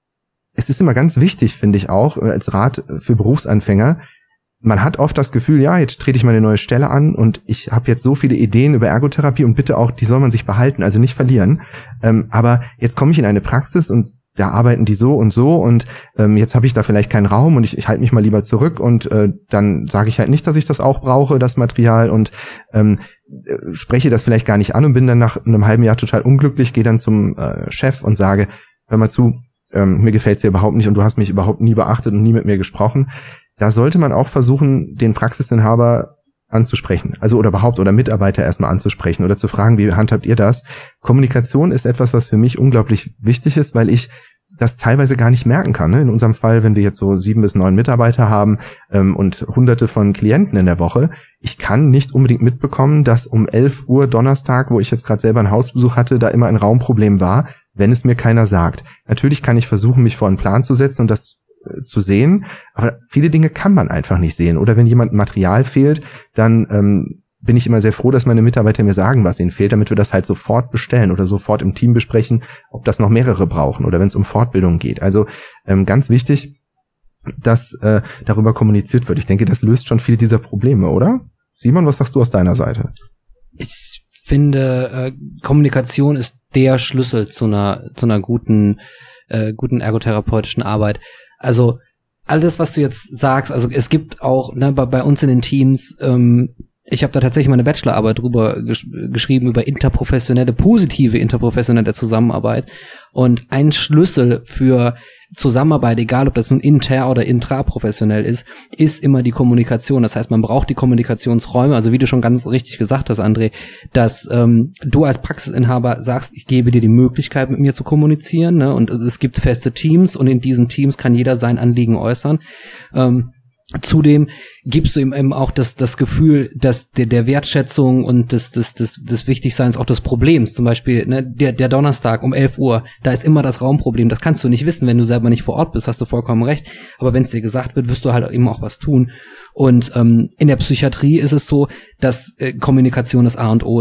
es ist immer ganz wichtig, finde ich auch, als Rat für Berufsanfänger, man hat oft das Gefühl, ja, jetzt trete ich mal eine neue Stelle an und ich habe jetzt so viele Ideen über Ergotherapie und bitte auch, die soll man sich behalten, also nicht verlieren. Ähm, aber jetzt komme ich in eine Praxis und da arbeiten die so und so und ähm, jetzt habe ich da vielleicht keinen Raum und ich, ich halte mich mal lieber zurück und äh, dann sage ich halt nicht, dass ich das auch brauche, das Material und ähm, spreche das vielleicht gar nicht an und bin dann nach einem halben Jahr total unglücklich, gehe dann zum äh, Chef und sage, hör mal zu, ähm, mir gefällt's dir überhaupt nicht und du hast mich überhaupt nie beachtet und nie mit mir gesprochen. Da sollte man auch versuchen, den Praxisinhaber anzusprechen, also oder überhaupt oder Mitarbeiter erstmal anzusprechen oder zu fragen, wie handhabt ihr das? Kommunikation ist etwas, was für mich unglaublich wichtig ist, weil ich das teilweise gar nicht merken kann. Ne? In unserem Fall, wenn wir jetzt so sieben bis neun Mitarbeiter haben ähm, und hunderte von Klienten in der Woche, ich kann nicht unbedingt mitbekommen, dass um elf Uhr Donnerstag, wo ich jetzt gerade selber einen Hausbesuch hatte, da immer ein Raumproblem war, wenn es mir keiner sagt. Natürlich kann ich versuchen, mich vor einen Plan zu setzen und das äh, zu sehen, aber viele Dinge kann man einfach nicht sehen. Oder wenn jemand Material fehlt, dann ähm, bin ich immer sehr froh, dass meine Mitarbeiter mir sagen, was ihnen fehlt, damit wir das halt sofort bestellen oder sofort im Team besprechen, ob das noch mehrere brauchen oder wenn es um Fortbildung geht. Also ähm, ganz wichtig, dass äh, darüber kommuniziert wird. Ich denke, das löst schon viele dieser Probleme, oder? Simon, was sagst du aus deiner Seite? Ich finde, äh, Kommunikation ist der Schlüssel zu einer zu einer guten äh, guten ergotherapeutischen Arbeit. Also alles, was du jetzt sagst, also es gibt auch ne, bei, bei uns in den Teams ähm, ich habe da tatsächlich meine Bachelorarbeit drüber gesch- geschrieben, über interprofessionelle, positive interprofessionelle Zusammenarbeit. Und ein Schlüssel für Zusammenarbeit, egal ob das nun inter- oder intraprofessionell ist, ist immer die Kommunikation. Das heißt, man braucht die Kommunikationsräume. Also wie du schon ganz richtig gesagt hast, André, dass ähm, du als Praxisinhaber sagst, ich gebe dir die Möglichkeit, mit mir zu kommunizieren. Ne? Und es gibt feste Teams und in diesen Teams kann jeder sein Anliegen äußern. Ähm, Zudem gibst du ihm eben auch das das Gefühl, dass der der Wertschätzung und des des des des Wichtigseins auch des Problems, zum Beispiel ne, der der Donnerstag um elf Uhr, da ist immer das Raumproblem. Das kannst du nicht wissen, wenn du selber nicht vor Ort bist, hast du vollkommen recht. Aber wenn es dir gesagt wird, wirst du halt eben auch was tun. Und ähm, in der Psychiatrie ist es so, dass äh, Kommunikation das A und O ist.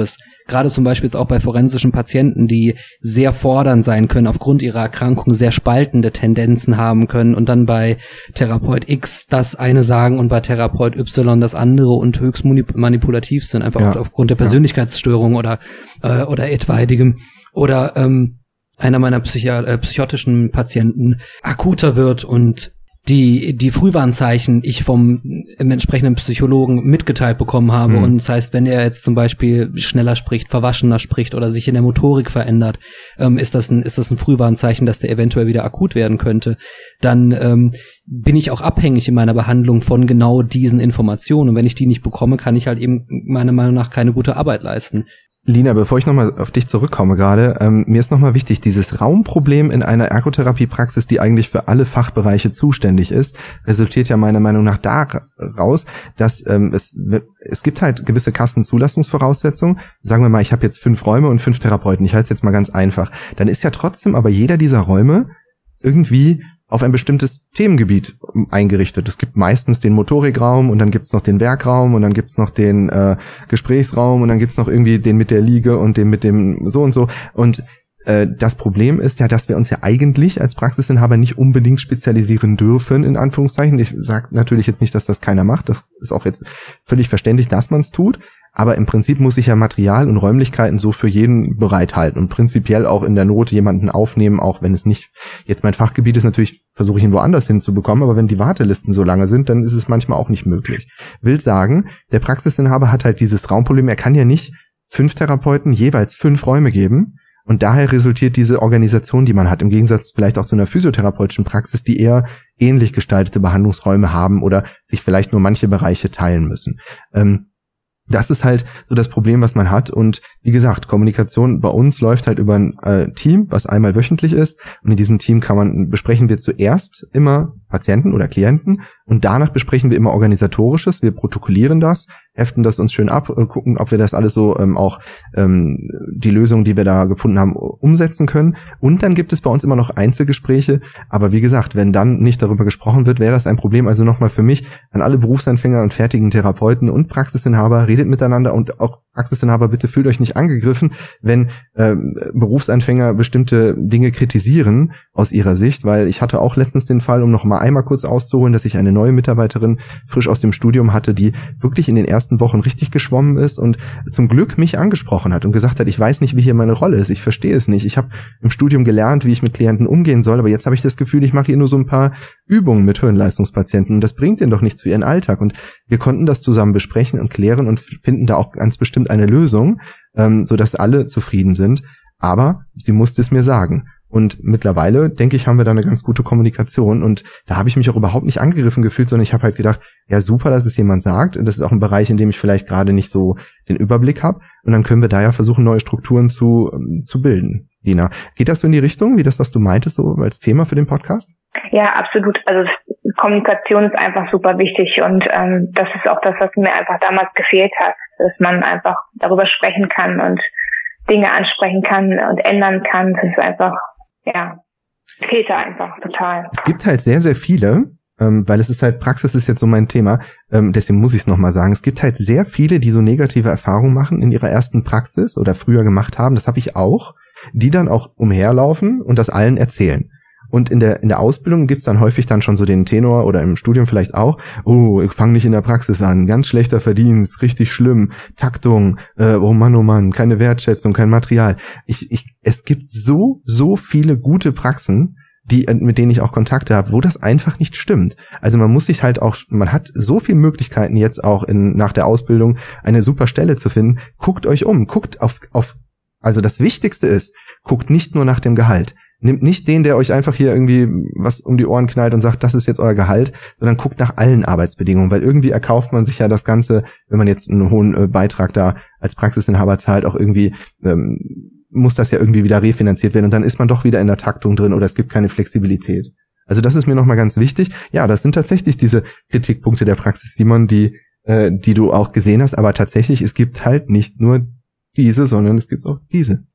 gerade zum Beispiel jetzt auch bei forensischen Patienten, die sehr fordernd sein können, aufgrund ihrer Erkrankung sehr spaltende Tendenzen haben können und dann bei Therapeut X das eine sagen und bei Therapeut Y das andere und höchst manipulativ sind, einfach ja. aufgrund der Persönlichkeitsstörung oder äh, oder etwaigem. Oder ähm, einer meiner Psychi- äh, psychotischen Patienten akuter wird und die die Frühwarnzeichen ich vom im entsprechenden Psychologen mitgeteilt bekommen habe. Mhm. Und das heißt, wenn er jetzt zum Beispiel schneller spricht, verwaschener spricht oder sich in der Motorik verändert, ähm, ist das ein ist das ein Frühwarnzeichen, dass der eventuell wieder akut werden könnte. Dann ähm, bin ich auch abhängig in meiner Behandlung von genau diesen Informationen. Und wenn ich die nicht bekomme, kann ich halt eben meiner Meinung nach keine gute Arbeit leisten. Lina, bevor ich nochmal auf dich zurückkomme gerade, ähm, mir ist nochmal wichtig, dieses Raumproblem in einer Ergotherapiepraxis, die eigentlich für alle Fachbereiche zuständig ist, resultiert ja meiner Meinung nach daraus, dass ähm, es es gibt halt gewisse Kassenzulassungsvoraussetzungen. Sagen wir mal, ich habe jetzt fünf Räume und fünf Therapeuten, ich halte es jetzt mal ganz einfach. Dann ist ja trotzdem aber jeder dieser Räume irgendwie auf ein bestimmtes Themengebiet eingerichtet. Es gibt meistens den Motorikraum und dann gibt's noch den Werkraum und dann gibt's noch den äh, Gesprächsraum und dann gibt's noch irgendwie den mit der Liege und den mit dem so und so. Und äh, das Problem ist ja, dass wir uns ja eigentlich als Praxisinhaber nicht unbedingt spezialisieren dürfen, in Anführungszeichen. Ich sage natürlich jetzt nicht, dass das keiner macht. Das ist auch jetzt völlig verständlich, dass man es tut. Aber im Prinzip muss ich ja Material und Räumlichkeiten so für jeden bereithalten und prinzipiell auch in der Not jemanden aufnehmen, auch wenn es nicht jetzt mein Fachgebiet ist. Natürlich versuche ich ihn woanders hinzubekommen, aber wenn die Wartelisten so lange sind, dann ist es manchmal auch nicht möglich. Will sagen, der Praxisinhaber hat halt dieses Raumproblem. Er kann ja nicht fünf Therapeuten jeweils fünf Räume geben. Und daher resultiert diese Organisation, die man hat, im Gegensatz vielleicht auch zu einer physiotherapeutischen Praxis, die eher ähnlich gestaltete Behandlungsräume haben oder sich vielleicht nur manche Bereiche teilen müssen. Ähm, Das ist halt so das Problem, was man hat. Und wie gesagt, Kommunikation bei uns läuft halt über ein äh, Team, was einmal wöchentlich ist. Und in diesem Team kann man besprechen wir zuerst immer Patienten oder Klienten und danach besprechen wir immer Organisatorisches. Wir protokollieren das, heften das uns schön ab, gucken, ob wir das alles so ähm, auch ähm, die Lösungen, die wir da gefunden haben, umsetzen können. Und dann gibt es bei uns immer noch Einzelgespräche. Aber wie gesagt, wenn dann nicht darüber gesprochen wird, wäre das ein Problem. Also nochmal für mich an alle Berufsanfänger und fertigen Therapeuten und Praxisinhaber, redet miteinander und auch Praxisinhaber, bitte fühlt euch nicht angegriffen, wenn ähm, Berufsanfänger bestimmte Dinge kritisieren aus ihrer Sicht, weil ich hatte auch letztens den Fall, um noch mal einmal kurz auszuholen, dass ich eine neue Mitarbeiterin frisch aus dem Studium hatte, die wirklich in den ersten Wochen richtig geschwommen ist und zum Glück mich angesprochen hat und gesagt hat, ich weiß nicht, wie hier meine Rolle ist, ich verstehe es nicht. Ich habe im Studium gelernt, wie ich mit Klienten umgehen soll, aber jetzt habe ich das Gefühl, ich mache hier nur so ein paar Übungen mit Hirnleistungspatienten und das bringt ihnen doch nichts für ihren Alltag. Und wir konnten das zusammen besprechen und klären und finden da auch ganz bestimmt eine Lösung, ähm, sodass alle zufrieden sind. Aber sie musste es mir sagen. Und mittlerweile, denke ich, haben wir da eine ganz gute Kommunikation. Und da habe ich mich auch überhaupt nicht angegriffen gefühlt, sondern ich habe halt gedacht, ja super, dass es jemand sagt. Und das ist auch ein Bereich, in dem ich vielleicht gerade nicht so den Überblick habe. Und dann können wir da ja versuchen, neue Strukturen zu, ähm, zu bilden. Lina, geht das so in die Richtung, wie das, was du meintest, so als Thema für den Podcast? Ja, absolut. Also Kommunikation ist einfach super wichtig und ähm, das ist auch das, was mir einfach damals gefehlt hat, dass man einfach darüber sprechen kann und Dinge ansprechen kann und ändern kann. Das ist einfach, ja, fehlt da einfach total. Es gibt halt sehr, sehr viele, ähm, weil es ist halt, Praxis ist jetzt so mein Thema, ähm, deswegen muss ich es nochmal sagen, es gibt halt sehr viele, die so negative Erfahrungen machen in ihrer ersten Praxis oder früher gemacht haben, das habe ich auch, die dann auch umherlaufen und das allen erzählen. Und in der in der Ausbildung gibt's dann häufig dann schon so den Tenor oder im Studium vielleicht auch, oh, ich fange nicht in der Praxis an, ganz schlechter Verdienst, richtig schlimm, Taktung, äh, oh Mann, oh Mann, keine Wertschätzung, kein Material. Ich, ich, es gibt so, so viele gute Praxen, die mit denen ich auch Kontakte habe, wo das einfach nicht stimmt. Also man muss sich halt auch, man hat so viele Möglichkeiten jetzt auch in nach der Ausbildung eine super Stelle zu finden. Guckt euch um, guckt auf, auf also das Wichtigste ist, guckt nicht nur nach dem Gehalt. Nehmt nicht den, der euch einfach hier irgendwie was um die Ohren knallt und sagt, das ist jetzt euer Gehalt, sondern guckt nach allen Arbeitsbedingungen, weil irgendwie erkauft man sich ja das Ganze, wenn man jetzt einen hohen äh, Beitrag da als Praxisinhaber zahlt, auch irgendwie ähm, muss das ja irgendwie wieder refinanziert werden und dann ist man doch wieder in der Taktung drin oder es gibt keine Flexibilität. Also das ist mir nochmal ganz wichtig. Ja, das sind tatsächlich diese Kritikpunkte der Praxis, Simon, die, äh, die du auch gesehen hast, aber tatsächlich, es gibt halt nicht nur diese, sondern es gibt auch diese.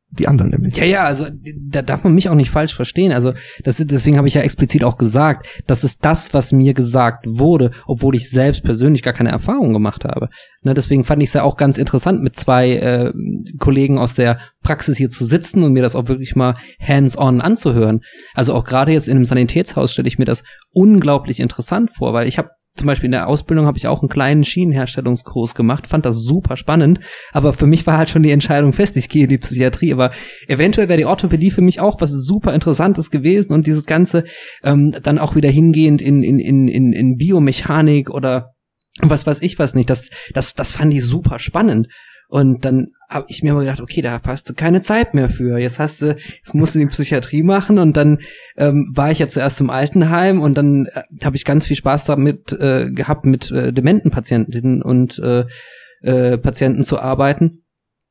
die anderen nämlich. Ja, ja, also da darf man mich auch nicht falsch verstehen. Also das, deswegen habe ich ja explizit auch gesagt, das ist das, was mir gesagt wurde, obwohl ich selbst persönlich gar keine Erfahrung gemacht habe. Ne, deswegen fand ich es ja auch ganz interessant, mit zwei äh, Kollegen aus der Praxis hier zu sitzen und mir das auch wirklich mal hands-on anzuhören. Also auch gerade jetzt in einem Sanitätshaus stelle ich mir das unglaublich interessant vor, weil ich habe zum Beispiel in der Ausbildung habe ich auch einen kleinen Schienenherstellungskurs gemacht, fand das super spannend, aber für mich war halt schon die Entscheidung fest, ich gehe in die Psychiatrie, aber eventuell wäre die Orthopädie für mich auch was super Interessantes gewesen und dieses Ganze ähm, dann auch wieder hingehend in in in in in Biomechanik oder was weiß ich was nicht, das das das fand ich super spannend. Und dann habe ich mir mal gedacht, okay, da hast du keine Zeit mehr für. Jetzt hast du, jetzt musst du die Psychiatrie machen und dann ähm, war ich ja zuerst im Altenheim und dann äh, habe ich ganz viel Spaß damit äh, gehabt, mit äh, dementen Patientinnen und äh, äh, Patienten zu arbeiten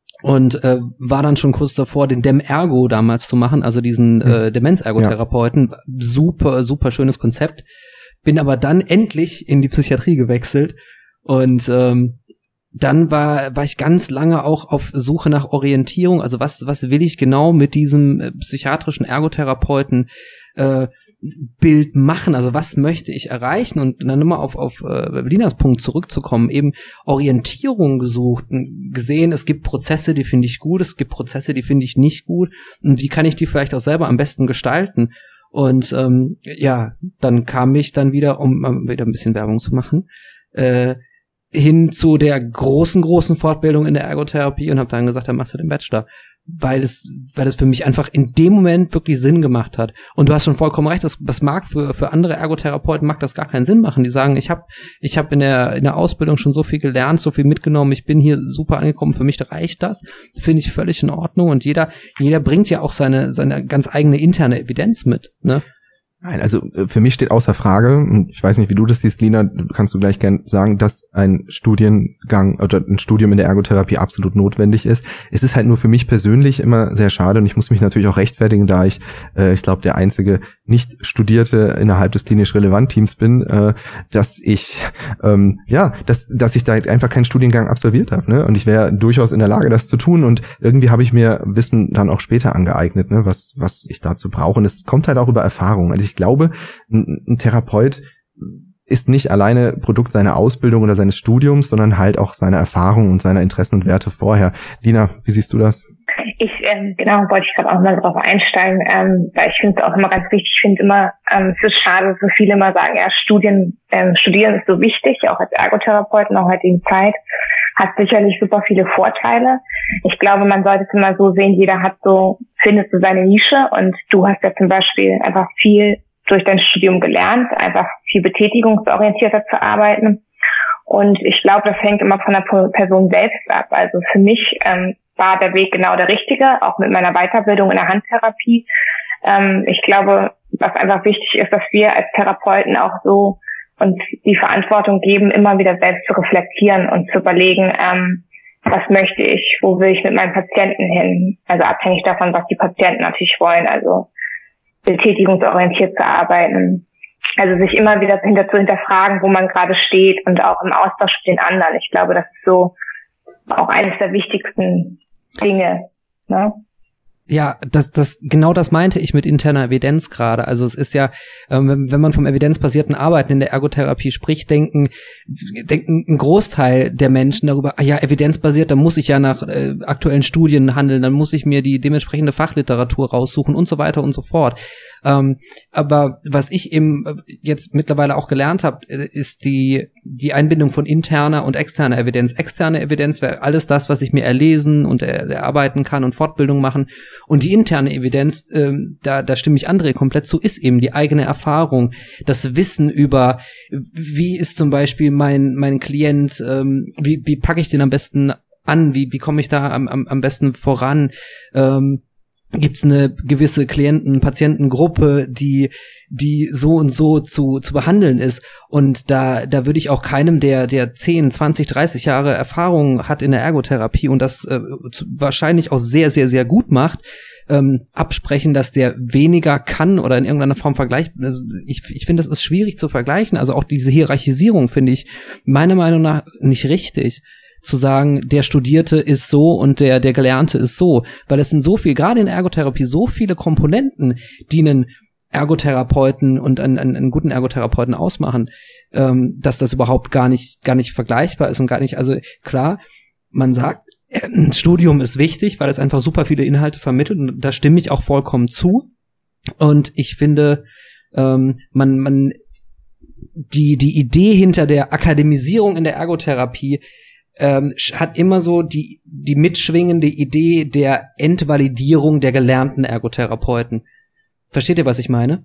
und äh, war dann schon kurz davor, den Dem-Ergo damals zu machen, also diesen äh, Demenz-Ergotherapeuten. Ja. Super, super schönes Konzept. Bin aber dann endlich in die Psychiatrie gewechselt und ähm, dann war war ich ganz lange auch auf Suche nach Orientierung, also was was will ich genau mit diesem äh, psychiatrischen Ergotherapeuten äh, Bild machen, also was möchte ich erreichen und dann nochmal auf auf äh, Linas Punkt zurückzukommen, eben Orientierung gesucht, gesehen, es gibt Prozesse, die finde ich gut, es gibt Prozesse, die finde ich nicht gut und wie kann ich die vielleicht auch selber am besten gestalten und ähm, ja, dann kam ich dann wieder, um um wieder ein bisschen Werbung zu machen, äh, hin zu der großen, großen Fortbildung in der Ergotherapie und habe dann gesagt, dann machst du den Bachelor, weil es weil es für mich einfach in dem Moment wirklich Sinn gemacht hat. Und du hast schon vollkommen recht, das, das mag für für andere Ergotherapeuten mag das gar keinen Sinn machen. Die sagen, ich habe ich habe in der in der Ausbildung schon so viel gelernt, so viel mitgenommen, ich bin hier super angekommen, für mich reicht das. Finde ich völlig in Ordnung und jeder jeder bringt ja auch seine seine ganz eigene interne Evidenz mit, ne? Nein, also für mich steht außer Frage, und ich weiß nicht, wie du das siehst, Lina, kannst du gleich gern sagen, dass ein Studiengang oder ein Studium in der Ergotherapie absolut notwendig ist. Es ist halt nur für mich persönlich immer sehr schade und ich muss mich natürlich auch rechtfertigen, da ich, äh, ich glaube, der einzige Nicht-Studierte innerhalb des klinisch relevant Teams bin, äh, dass ich, ähm, ja, dass dass ich da einfach keinen Studiengang absolviert habe, ne? Und ich wäre durchaus in der Lage, das zu tun und irgendwie habe ich mir Wissen dann auch später angeeignet, ne, was was ich dazu brauche und es kommt halt auch über Erfahrung. Also ich glaube, ein, ein Therapeut ist nicht alleine Produkt seiner Ausbildung oder seines Studiums, sondern halt auch seiner Erfahrung und seiner Interessen und Werte vorher. Lina, wie siehst du das? Ich, ähm, genau, wollte ich gerade auch mal drauf einsteigen, ähm, weil ich finde es auch immer ganz wichtig, ich finde immer, ähm, es ist schade, dass so viele immer sagen, ja, Studien, ähm, Studieren ist so wichtig, auch als Ergotherapeut in der heutigen Zeit, hat sicherlich super viele Vorteile. Ich glaube, man sollte es immer so sehen, jeder hat so, findet so seine Nische und du hast ja zum Beispiel einfach viel durch dein Studium gelernt, einfach viel betätigungsorientierter zu arbeiten. Und ich glaube, das hängt immer von der Person selbst ab. Also für mich ähm, war der Weg genau der richtige, auch mit meiner Weiterbildung in der Handtherapie. Ähm, ich glaube, was einfach wichtig ist, dass wir als Therapeuten auch so uns die Verantwortung geben, immer wieder selbst zu reflektieren und zu überlegen, ähm, was möchte ich, wo will ich mit meinen Patienten hin? Also abhängig davon, was die Patienten natürlich wollen, also betätigungsorientiert zu arbeiten. Also sich immer wieder hinter zu hinterfragen, wo man gerade steht und auch im Austausch mit den anderen. Ich glaube, das ist so auch eines der wichtigsten Dinge, ne? Ja, das, das, genau das meinte ich mit interner Evidenz gerade. Also es ist ja, ähm, wenn man vom evidenzbasierten Arbeiten in der Ergotherapie spricht, denken, denken ein Großteil der Menschen darüber, ah ja, evidenzbasiert, dann muss ich ja nach äh, aktuellen Studien handeln, dann muss ich mir die dementsprechende Fachliteratur raussuchen und so weiter und so fort. Ähm, aber was ich eben jetzt mittlerweile auch gelernt habe, ist die die Einbindung von interner und externer Evidenz. Externe Evidenz wäre alles das, was ich mir erlesen und er, erarbeiten kann und Fortbildung machen. Und die interne Evidenz, ähm, da da stimme ich André komplett zu, ist eben die eigene Erfahrung, das Wissen über, wie ist zum Beispiel mein mein Klient, ähm, wie wie packe ich den am besten an, wie wie komme ich da am am, am besten voran. Ähm, Gibt es eine gewisse Klienten-Patientengruppe, die die so und so zu zu behandeln ist und da da würde ich auch keinem, der der zehn, zwanzig, dreißig Jahre Erfahrung hat in der Ergotherapie und das äh, wahrscheinlich auch sehr sehr sehr gut macht, ähm, absprechen, dass der weniger kann oder in irgendeiner Form vergleichen. Also ich ich finde, das ist schwierig zu vergleichen. Also auch diese Hierarchisierung finde ich meiner Meinung nach nicht richtig. zu sagen, der Studierte ist so und der der Gelernte ist so, weil es sind so viel, gerade in der Ergotherapie, so viele Komponenten, die einen Ergotherapeuten und einen, einen, einen guten Ergotherapeuten ausmachen, ähm, dass das überhaupt gar nicht gar nicht vergleichbar ist und gar nicht, also klar, man sagt, ein Studium ist wichtig, weil es einfach super viele Inhalte vermittelt und da stimme ich auch vollkommen zu. Und ich finde, ähm, man man die die Idee hinter der Akademisierung in der Ergotherapie ähm, hat immer so die die mitschwingende Idee der Entvalidierung der gelernten Ergotherapeuten. Versteht ihr, was ich meine?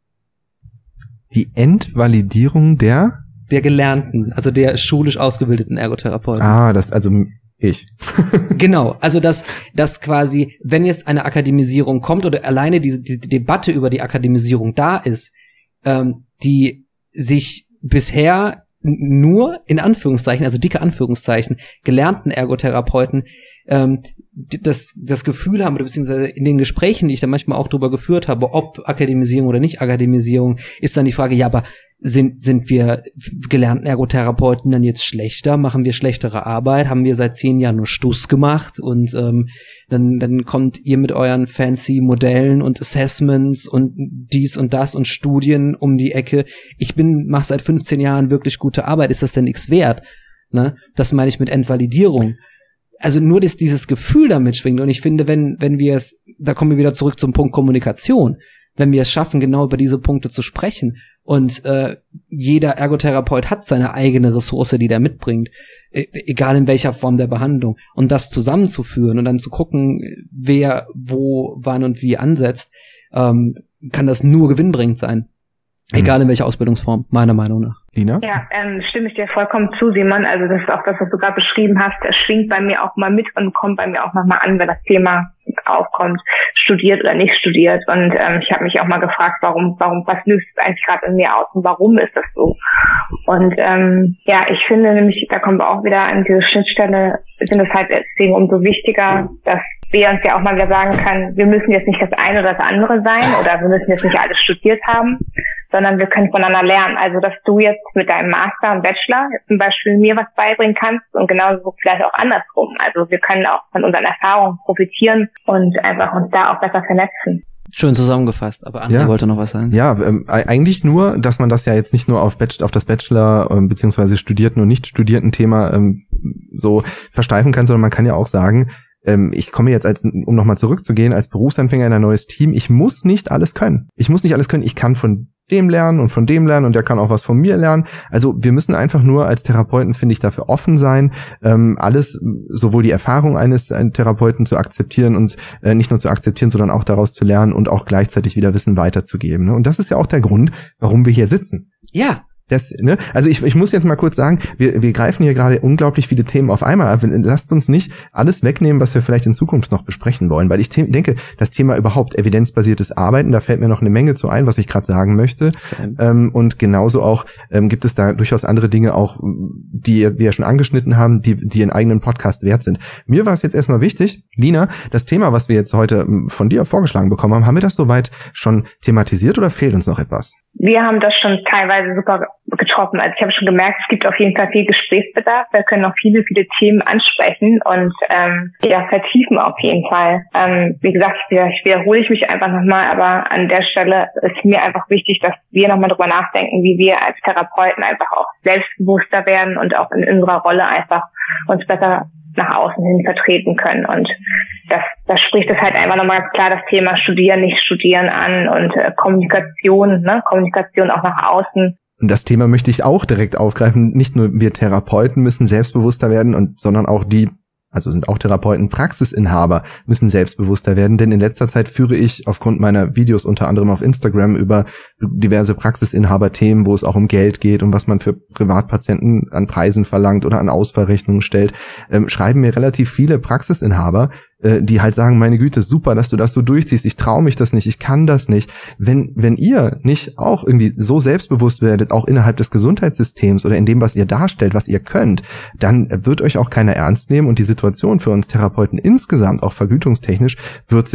Die Entvalidierung der? Der Gelernten, also der schulisch ausgebildeten Ergotherapeuten. Ah, das, also ich. Genau, also dass, dass quasi, wenn jetzt eine Akademisierung kommt oder alleine diese, diese Debatte über die Akademisierung da ist, ähm, die sich bisher nur, in Anführungszeichen, also dicke Anführungszeichen, gelernten Ergotherapeuten ähm, das das Gefühl haben, oder beziehungsweise in den Gesprächen, die ich da manchmal auch drüber geführt habe, ob Akademisierung oder nicht Akademisierung, ist dann die Frage, ja, aber sind sind wir gelernten Ergotherapeuten dann jetzt schlechter? Machen wir schlechtere Arbeit? Haben wir seit zehn Jahren nur Stuss gemacht? Und ähm, dann dann kommt ihr mit euren fancy Modellen und Assessments und dies und das und Studien um die Ecke. Ich bin mache seit fünfzehn Jahren wirklich gute Arbeit. Ist das denn nichts wert? Ne? Das meine ich mit Entvalidierung. Also nur, dass dieses Gefühl damit schwingt. Und ich finde, wenn wenn wir es, da kommen wir wieder zurück zum Punkt Kommunikation, wenn wir es schaffen, genau über diese Punkte zu sprechen und äh, jeder Ergotherapeut hat seine eigene Ressource, die der mitbringt, e- egal in welcher Form der Behandlung, und das zusammenzuführen und dann zu gucken, wer wo, wann und wie ansetzt, ähm, kann das nur gewinnbringend sein. Egal in welcher Ausbildungsform, meiner Meinung nach. Lina? Ja, ähm, stimme ich dir vollkommen zu, Simon. Also das ist auch das, was du gerade beschrieben hast. Es schwingt bei mir auch mal mit und kommt bei mir auch nochmal an, wenn das Thema aufkommt, studiert oder nicht studiert. Und ähm, ich habe mich auch mal gefragt, warum, warum, was löst es eigentlich gerade in mir aus und warum ist das so? Und ähm, ja, ich finde nämlich, da kommen wir auch wieder an diese Schnittstelle, sind es halt deswegen umso wichtiger, dass wir uns ja auch mal wieder sagen können, wir müssen jetzt nicht das eine oder das andere sein oder wir müssen jetzt nicht alles studiert haben, sondern wir können voneinander lernen. Also, dass du jetzt mit deinem Master und Bachelor jetzt zum Beispiel mir was beibringen kannst und genauso vielleicht auch andersrum. Also, wir können auch von unseren Erfahrungen profitieren und einfach uns da auch besser vernetzen. Schön zusammengefasst, aber André ja. wollte noch was sagen. Ja, ähm, eigentlich nur, dass man das ja jetzt nicht nur auf, Bachelor, auf das Bachelor ähm, beziehungsweise studierten und nicht studierten Thema ähm, so versteifen kann, sondern man kann ja auch sagen, ähm, ich komme jetzt als, um nochmal zurückzugehen, als Berufsanfänger in ein neues Team, ich muss nicht alles können. Ich muss nicht alles können, ich kann von dem lernen und von dem lernen und der kann auch was von mir lernen. Also wir müssen einfach nur als Therapeuten, finde ich, dafür offen sein, ähm, alles, sowohl die Erfahrung eines einen Therapeuten zu akzeptieren und äh, nicht nur zu akzeptieren, sondern auch daraus zu lernen und auch gleichzeitig wieder Wissen weiterzugeben. Ne? Und das ist ja auch der Grund, warum wir hier sitzen. Ja. Das, ne? Also ich, ich muss jetzt mal kurz sagen, wir, wir greifen hier gerade unglaublich viele Themen auf einmal ab. Lasst uns nicht alles wegnehmen, was wir vielleicht in Zukunft noch besprechen wollen, weil ich te- denke, das Thema überhaupt evidenzbasiertes Arbeiten, da fällt mir noch eine Menge zu ein, was ich gerade sagen möchte. Ähm, und genauso auch ähm, gibt es da durchaus andere Dinge auch, die wir schon angeschnitten haben, die, die einen eigenen Podcast wert sind. Mir war es jetzt erstmal wichtig, Lina, das Thema, was wir jetzt heute von dir vorgeschlagen bekommen haben, haben wir das soweit schon thematisiert oder fehlt uns noch etwas? Wir haben das schon teilweise super getroffen. Also ich habe schon gemerkt, es gibt auf jeden Fall viel Gesprächsbedarf. Wir können noch viele, viele Themen ansprechen und ähm, ja, vertiefen auf jeden Fall. Ähm, wie gesagt, ich, ich wiederhole ich mich einfach nochmal, aber an der Stelle ist mir einfach wichtig, dass wir nochmal drüber nachdenken, wie wir als Therapeuten einfach auch selbstbewusster werden und auch in unserer Rolle einfach uns besser nach außen hin vertreten können. Und das, das spricht es halt einfach nochmal ganz klar das Thema Studieren, nicht Studieren an und äh, Kommunikation, ne, Kommunikation auch nach außen. Und das Thema möchte ich auch direkt aufgreifen. Nicht nur wir Therapeuten müssen selbstbewusster werden, und sondern auch die, also sind auch Therapeuten, Praxisinhaber müssen selbstbewusster werden, denn in letzter Zeit führe ich aufgrund meiner Videos unter anderem auf Instagram über diverse Praxisinhaber-Themen, wo es auch um Geld geht und was man für Privatpatienten an Preisen verlangt oder an Ausfallrechnungen stellt, ähm, schreiben mir relativ viele Praxisinhaber, äh, die halt sagen, meine Güte, super, dass du das so durchziehst, ich traue mich das nicht, ich kann das nicht. Wenn wenn ihr nicht auch irgendwie so selbstbewusst werdet, auch innerhalb des Gesundheitssystems oder in dem, was ihr darstellt, was ihr könnt, dann wird euch auch keiner ernst nehmen und die Situation für uns Therapeuten insgesamt, auch vergütungstechnisch, wird sich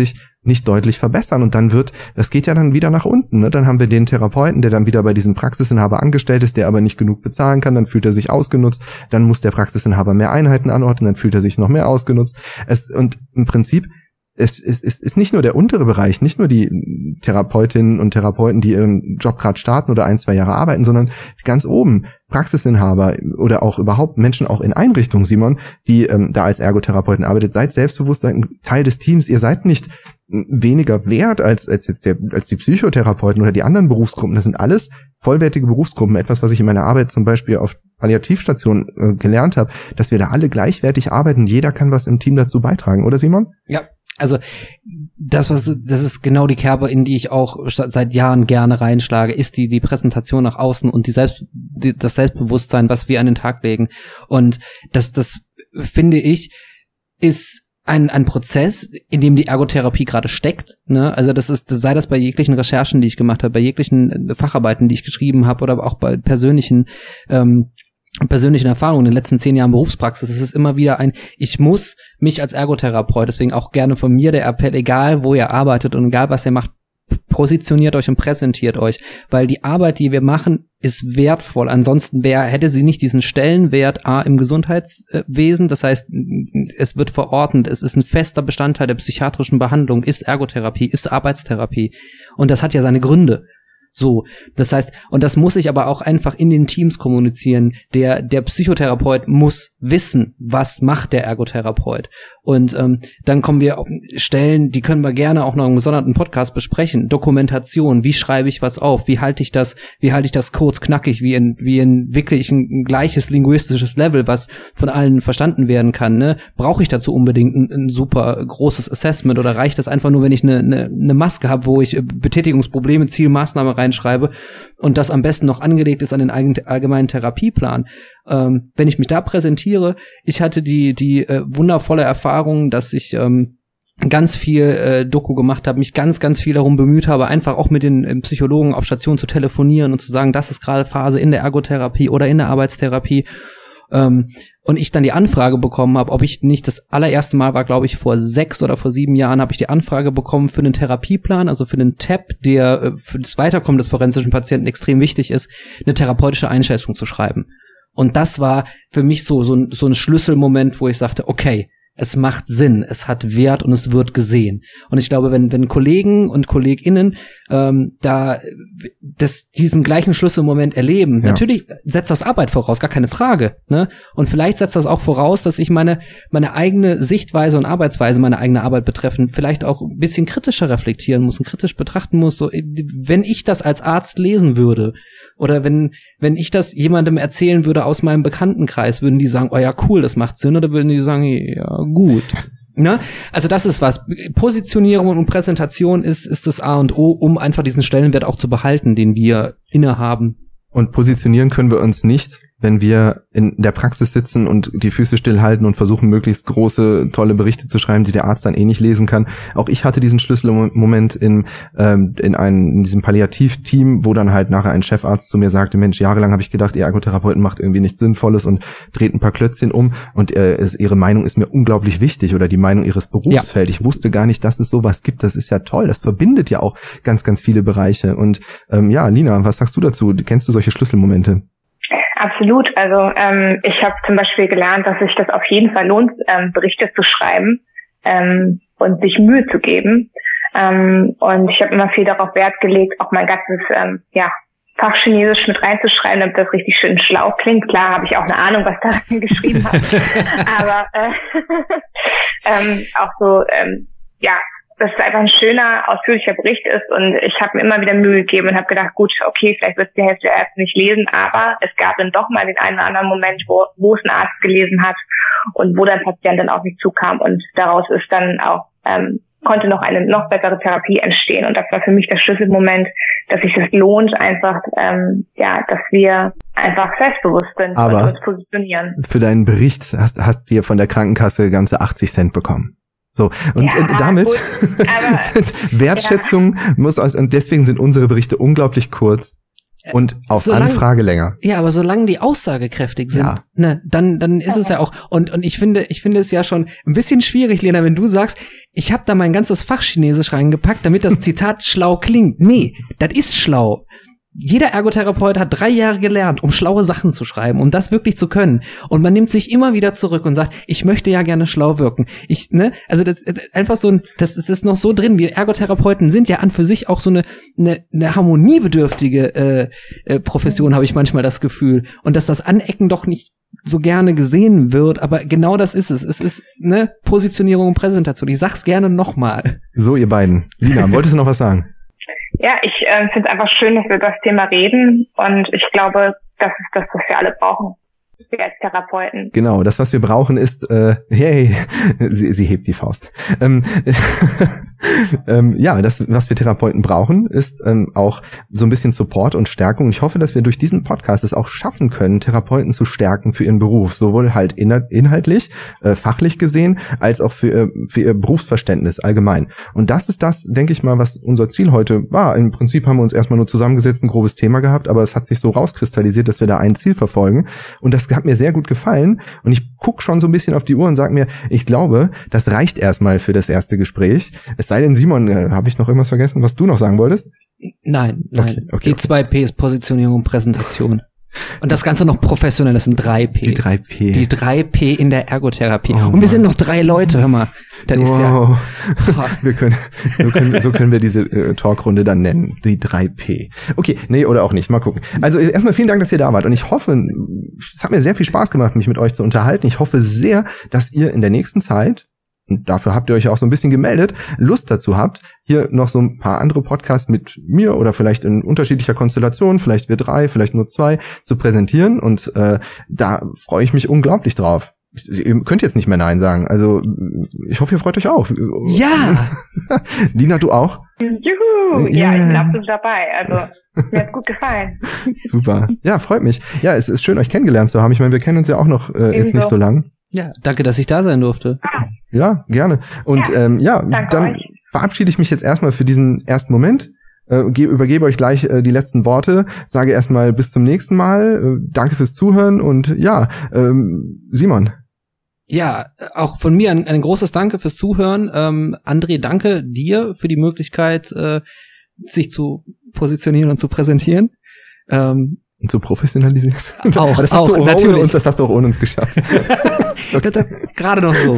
nicht deutlich verbessern. Und dann wird, das geht ja dann wieder nach unten. Ne? Dann haben wir den Therapeuten, der dann wieder bei diesem Praxisinhaber angestellt ist, der aber nicht genug bezahlen kann, dann fühlt er sich ausgenutzt, dann muss der Praxisinhaber mehr Einheiten anordnen, dann fühlt er sich noch mehr ausgenutzt. Es, und im Prinzip Es ist, ist, ist nicht nur der untere Bereich, nicht nur die Therapeutinnen und Therapeuten, die ihren Job gerade starten oder ein, zwei Jahre arbeiten, sondern ganz oben Praxisinhaber oder auch überhaupt Menschen auch in Einrichtungen, Simon, die ähm, da als Ergotherapeuten arbeitet. Seid selbstbewusst ein Teil des Teams. Ihr seid nicht weniger wert als als jetzt der, als die Psychotherapeuten oder die anderen Berufsgruppen. Das sind alles vollwertige Berufsgruppen. Etwas, was ich in meiner Arbeit zum Beispiel auf Palliativstation äh, gelernt habe, dass wir da alle gleichwertig arbeiten. Jeder kann was im Team dazu beitragen, oder Simon? Ja. Also das, was das ist genau die Kerbe, in die ich auch seit Jahren gerne reinschlage, ist die die Präsentation nach außen und die Selbst, die, das Selbstbewusstsein, was wir an den Tag legen. Und das, das finde ich, ist ein ein Prozess, in dem die Ergotherapie gerade steckt. Ne? Also das ist, sei das bei jeglichen Recherchen, die ich gemacht habe, bei jeglichen Facharbeiten, die ich geschrieben habe, oder auch bei persönlichen ähm, persönlichen Erfahrungen in den letzten zehn Jahren Berufspraxis. Es ist immer wieder ein, ich muss mich als Ergotherapeut, deswegen auch gerne von mir der Appell, egal wo ihr arbeitet und egal was ihr macht, positioniert euch und präsentiert euch, weil die Arbeit, die wir machen, ist wertvoll. Ansonsten wäre, hätte sie nicht diesen Stellenwert A im Gesundheitswesen, das heißt, es wird verordnet, es ist ein fester Bestandteil der psychiatrischen Behandlung, ist Ergotherapie, ist Arbeitstherapie. Und das hat ja seine Gründe. So, das heißt, und das muss ich aber auch einfach in den Teams kommunizieren. Der der Psychotherapeut muss wissen, was macht der Ergotherapeut. Und ähm, dann kommen wir auf Stellen, die können wir gerne auch noch im gesonderten Podcast besprechen. Dokumentation, wie schreibe ich was auf? Wie halte ich das, wie halte ich das kurz, knackig? Wie, in, wie entwickle ich ein, ein gleiches linguistisches Level, was von allen verstanden werden kann? Ne? Brauche ich dazu unbedingt ein, ein super großes Assessment oder reicht das einfach nur, wenn ich eine, eine, eine Maske habe, wo ich Betätigungsprobleme, Zielmaßnahme reinschreibe und das am besten noch angelegt ist an den allgemeinen Therapieplan? Ähm, wenn ich mich da präsentiere, ich hatte die die äh, wundervolle Erfahrung, dass ich ähm, ganz viel äh, Doku gemacht habe, mich ganz, ganz viel darum bemüht habe, einfach auch mit den äh, Psychologen auf Station zu telefonieren und zu sagen, das ist gerade Phase in der Ergotherapie oder in der Arbeitstherapie. Ähm, und ich dann die Anfrage bekommen habe, ob ich nicht, das allererste Mal war, glaube ich, vor sechs oder vor sieben Jahren, habe ich die Anfrage bekommen für einen Therapieplan, also für den T A P, der äh, für das Weiterkommen des forensischen Patienten extrem wichtig ist, eine therapeutische Einschätzung zu schreiben. Und das war für mich so, so ein, so ein Schlüsselmoment, wo ich sagte, okay, es macht Sinn, es hat Wert und es wird gesehen. Und ich glaube, wenn wenn Kollegen und KollegInnen ähm, da das, diesen gleichen Schlüsselmoment erleben, ja. Natürlich setzt das Arbeit voraus, gar keine Frage. Ne? Und vielleicht setzt das auch voraus, dass ich meine meine eigene Sichtweise und Arbeitsweise, meine eigene Arbeit betreffend, vielleicht auch ein bisschen kritischer reflektieren muss und kritisch betrachten muss. So, wenn ich das als Arzt lesen würde oder wenn wenn ich das jemandem erzählen würde aus meinem Bekanntenkreis, würden die sagen, oh ja, cool, das macht Sinn, oder würden die sagen, ja, gut. Ne? Also das ist was. Positionierung und Präsentation ist ist das A und O, um einfach diesen Stellenwert auch zu behalten, den wir innehaben. Und positionieren können wir uns nicht, wenn wir in der Praxis sitzen und die Füße stillhalten und versuchen, möglichst große, tolle Berichte zu schreiben, die der Arzt dann eh nicht lesen kann. Auch ich hatte diesen Schlüsselmoment in, ähm, in, einem, in diesem Palliativteam, wo dann halt nachher ein Chefarzt zu mir sagte, Mensch, jahrelang habe ich gedacht, ihr Ergotherapeuten macht irgendwie nichts Sinnvolles und dreht ein paar Klötzchen um und äh, es, ihre Meinung ist mir unglaublich wichtig oder die Meinung ihres Berufsfelds. Ja. Ich wusste gar nicht, dass es sowas gibt. Das ist ja toll. Das verbindet ja auch ganz, ganz viele Bereiche. Und ähm, ja, Lina, was sagst du dazu? Kennst du solche Schlüsselmomente? Absolut. Also ähm, ich habe zum Beispiel gelernt, dass sich das auf jeden Fall lohnt, ähm, Berichte zu schreiben ähm, und sich Mühe zu geben. Ähm, und ich habe immer viel darauf Wert gelegt, auch mein ganzes ähm, ja, Fachchinesisch mit reinzuschreiben, damit das richtig schön schlau klingt. Klar habe ich auch eine Ahnung, was da geschrieben habe. Aber äh, ähm, auch so, ähm, ja, dass es einfach ein schöner, ausführlicher Bericht ist und ich habe mir immer wieder Mühe gegeben und habe gedacht, gut, okay, vielleicht wird es die Hälfte der Ärzte nicht lesen, aber es gab dann doch mal den einen oder anderen Moment, wo, wo es ein Arzt gelesen hat und wo der Patient dann auf mich zukam und daraus ist dann auch, ähm, konnte noch eine noch bessere Therapie entstehen und das war für mich der Schlüsselmoment, dass sich das lohnt, einfach, ähm, ja, dass wir einfach selbstbewusst sind aber und uns positionieren. Für deinen Bericht hast, hast dir von der Krankenkasse ganze achtzig Cent bekommen. So, und ja, äh, damit gut, aber, Wertschätzung ja. muss aus, und deswegen sind unsere Berichte unglaublich kurz. Und auf solange, Anfrage länger. Ja, aber solange die aussagekräftig sind, ja. ne, dann dann ist es ja auch und und ich finde, ich finde es ja schon ein bisschen schwierig, Lena, wenn du sagst, ich habe da mein ganzes Fach Chinesisch reingepackt, damit das Zitat schlau klingt. Nee, das ist schlau. Jeder Ergotherapeut hat drei Jahre gelernt, um schlaue Sachen zu schreiben, um das wirklich zu können. Und man nimmt sich immer wieder zurück und sagt, ich möchte ja gerne schlau wirken. Ich, ne, also das ist einfach so ein, das ist, das ist noch so drin. Wir Ergotherapeuten sind ja an für sich auch so eine, eine, eine harmoniebedürftige äh, äh, Profession, habe ich manchmal das Gefühl. Und dass das Anecken doch nicht so gerne gesehen wird, aber genau das ist es. Es ist, ne, Positionierung und Präsentation. Ich sag's gerne nochmal. So, ihr beiden. Lina, wolltest du noch was sagen? Ja, ich äh, finde es einfach schön, dass wir über das Thema reden und ich glaube, das ist das, was wir alle brauchen. Wir als Therapeuten. Genau, das, was wir brauchen, ist, äh, hey, sie, sie hebt die Faust. Ähm, ähm, ja, das, was wir Therapeuten brauchen, ist ähm, auch so ein bisschen Support und Stärkung. Ich hoffe, dass wir durch diesen Podcast es auch schaffen können, Therapeuten zu stärken für ihren Beruf, sowohl halt inhaltlich, äh, fachlich gesehen, als auch für, äh, für ihr Berufsverständnis allgemein. Und das ist das, denke ich mal, was unser Ziel heute war. Im Prinzip haben wir uns erstmal nur zusammengesetzt, ein grobes Thema gehabt, aber es hat sich so rauskristallisiert, dass wir da ein Ziel verfolgen. Und das hat mir sehr gut gefallen und ich gucke schon so ein bisschen auf die Uhr und sage mir, ich glaube, das reicht erstmal für das erste Gespräch. Es sei denn, Simon, äh, habe ich noch irgendwas vergessen, was du noch sagen wolltest? Nein, nein. Okay, okay, die zwei P ist Positionierung und Präsentation. Und das Ganze noch professionell, das sind drei Ps. Die drei P. Die drei P in der Ergotherapie. Oh, und wir Mann. sind noch drei Leute, hör mal. Das wow. ist ja... wir können, so können, so können wir diese äh, Talkrunde dann nennen. Die drei P. Okay, nee, oder auch nicht. Mal gucken. Also erstmal vielen Dank, dass ihr da wart. Und ich hoffe, es hat mir sehr viel Spaß gemacht, mich mit euch zu unterhalten. Ich hoffe sehr, dass ihr in der nächsten Zeit, und dafür habt ihr euch auch so ein bisschen gemeldet, Lust dazu habt, hier noch so ein paar andere Podcasts mit mir oder vielleicht in unterschiedlicher Konstellation, vielleicht wir drei, vielleicht nur zwei, zu präsentieren. Und äh, da freue ich mich unglaublich drauf. Ihr könnt jetzt nicht mehr Nein sagen. Also ich hoffe, ihr freut euch auch. Ja! Lina, du auch? Juhu! Yeah. Ja, ich bin absolut dabei. Also mir hat's gut gefallen. Super. Ja, freut mich. Ja, es ist schön, euch kennengelernt zu haben. Ich meine, wir kennen uns ja auch noch äh, jetzt nicht so lang. Ja, danke, dass ich da sein durfte. Ja, gerne. Und ja, ähm, ja dann euch. verabschiede ich mich jetzt erstmal für diesen ersten Moment. Äh, ge- übergebe euch gleich äh, die letzten Worte. Sage erstmal bis zum nächsten Mal. Äh, danke fürs Zuhören und ja, ähm, Simon. Ja, auch von mir ein, ein großes Danke fürs Zuhören. Ähm, André, danke dir für die Möglichkeit, äh, sich zu positionieren und zu präsentieren. Ähm, Und zu professionalisieren. Auch, das hast auch, du ohne natürlich. uns, das hast du auch ohne uns geschafft. Okay. Gerade noch so.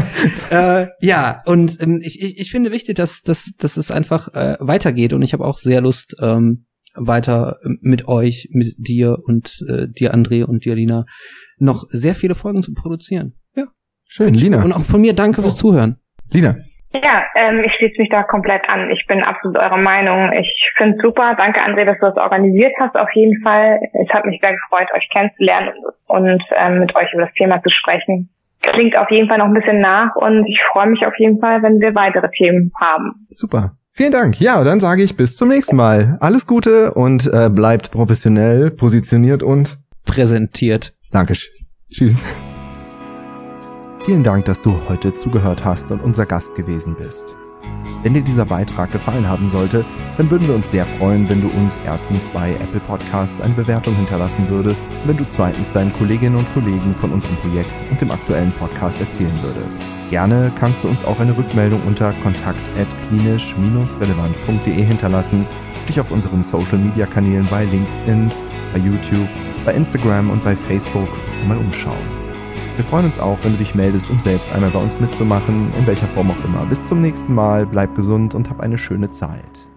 äh, ja, und ähm, ich, ich, ich finde wichtig, dass, dass, dass es einfach äh, weitergeht. Und ich habe auch sehr Lust, ähm, weiter mit euch, mit dir und äh, dir, André, und dir, Lina, noch sehr viele Folgen zu produzieren. Ja. Schön, Lina. Und auch von mir danke fürs Zuhören. Lina. Ja, ähm, ich schließe mich da komplett an. Ich bin absolut eurer Meinung. Ich finde es super. Danke, André, dass du das organisiert hast, auf jeden Fall. Es hat mich sehr gefreut, euch kennenzulernen und, und ähm, mit euch über das Thema zu sprechen. Klingt auf jeden Fall noch ein bisschen nach und ich freue mich auf jeden Fall, wenn wir weitere Themen haben. Super. Vielen Dank. Ja, dann sage ich bis zum nächsten Mal. Alles Gute und äh, bleibt professionell, positioniert und präsentiert. Dankeschön. Tschüss. Vielen Dank, dass du heute zugehört hast und unser Gast gewesen bist. Wenn dir dieser Beitrag gefallen haben sollte, dann würden wir uns sehr freuen, wenn du uns erstens bei Apple Podcasts eine Bewertung hinterlassen würdest, wenn du zweitens deinen Kolleginnen und Kollegen von unserem Projekt und dem aktuellen Podcast erzählen würdest. Gerne kannst du uns auch eine Rückmeldung unter kontakt at klinisch relevant punkt de hinterlassen und dich auf unseren Social Media Kanälen bei LinkedIn, bei YouTube, bei Instagram und bei Facebook einmal umschauen. Wir freuen uns auch, wenn du dich meldest, um selbst einmal bei uns mitzumachen, in welcher Form auch immer. Bis zum nächsten Mal, bleib gesund und hab eine schöne Zeit.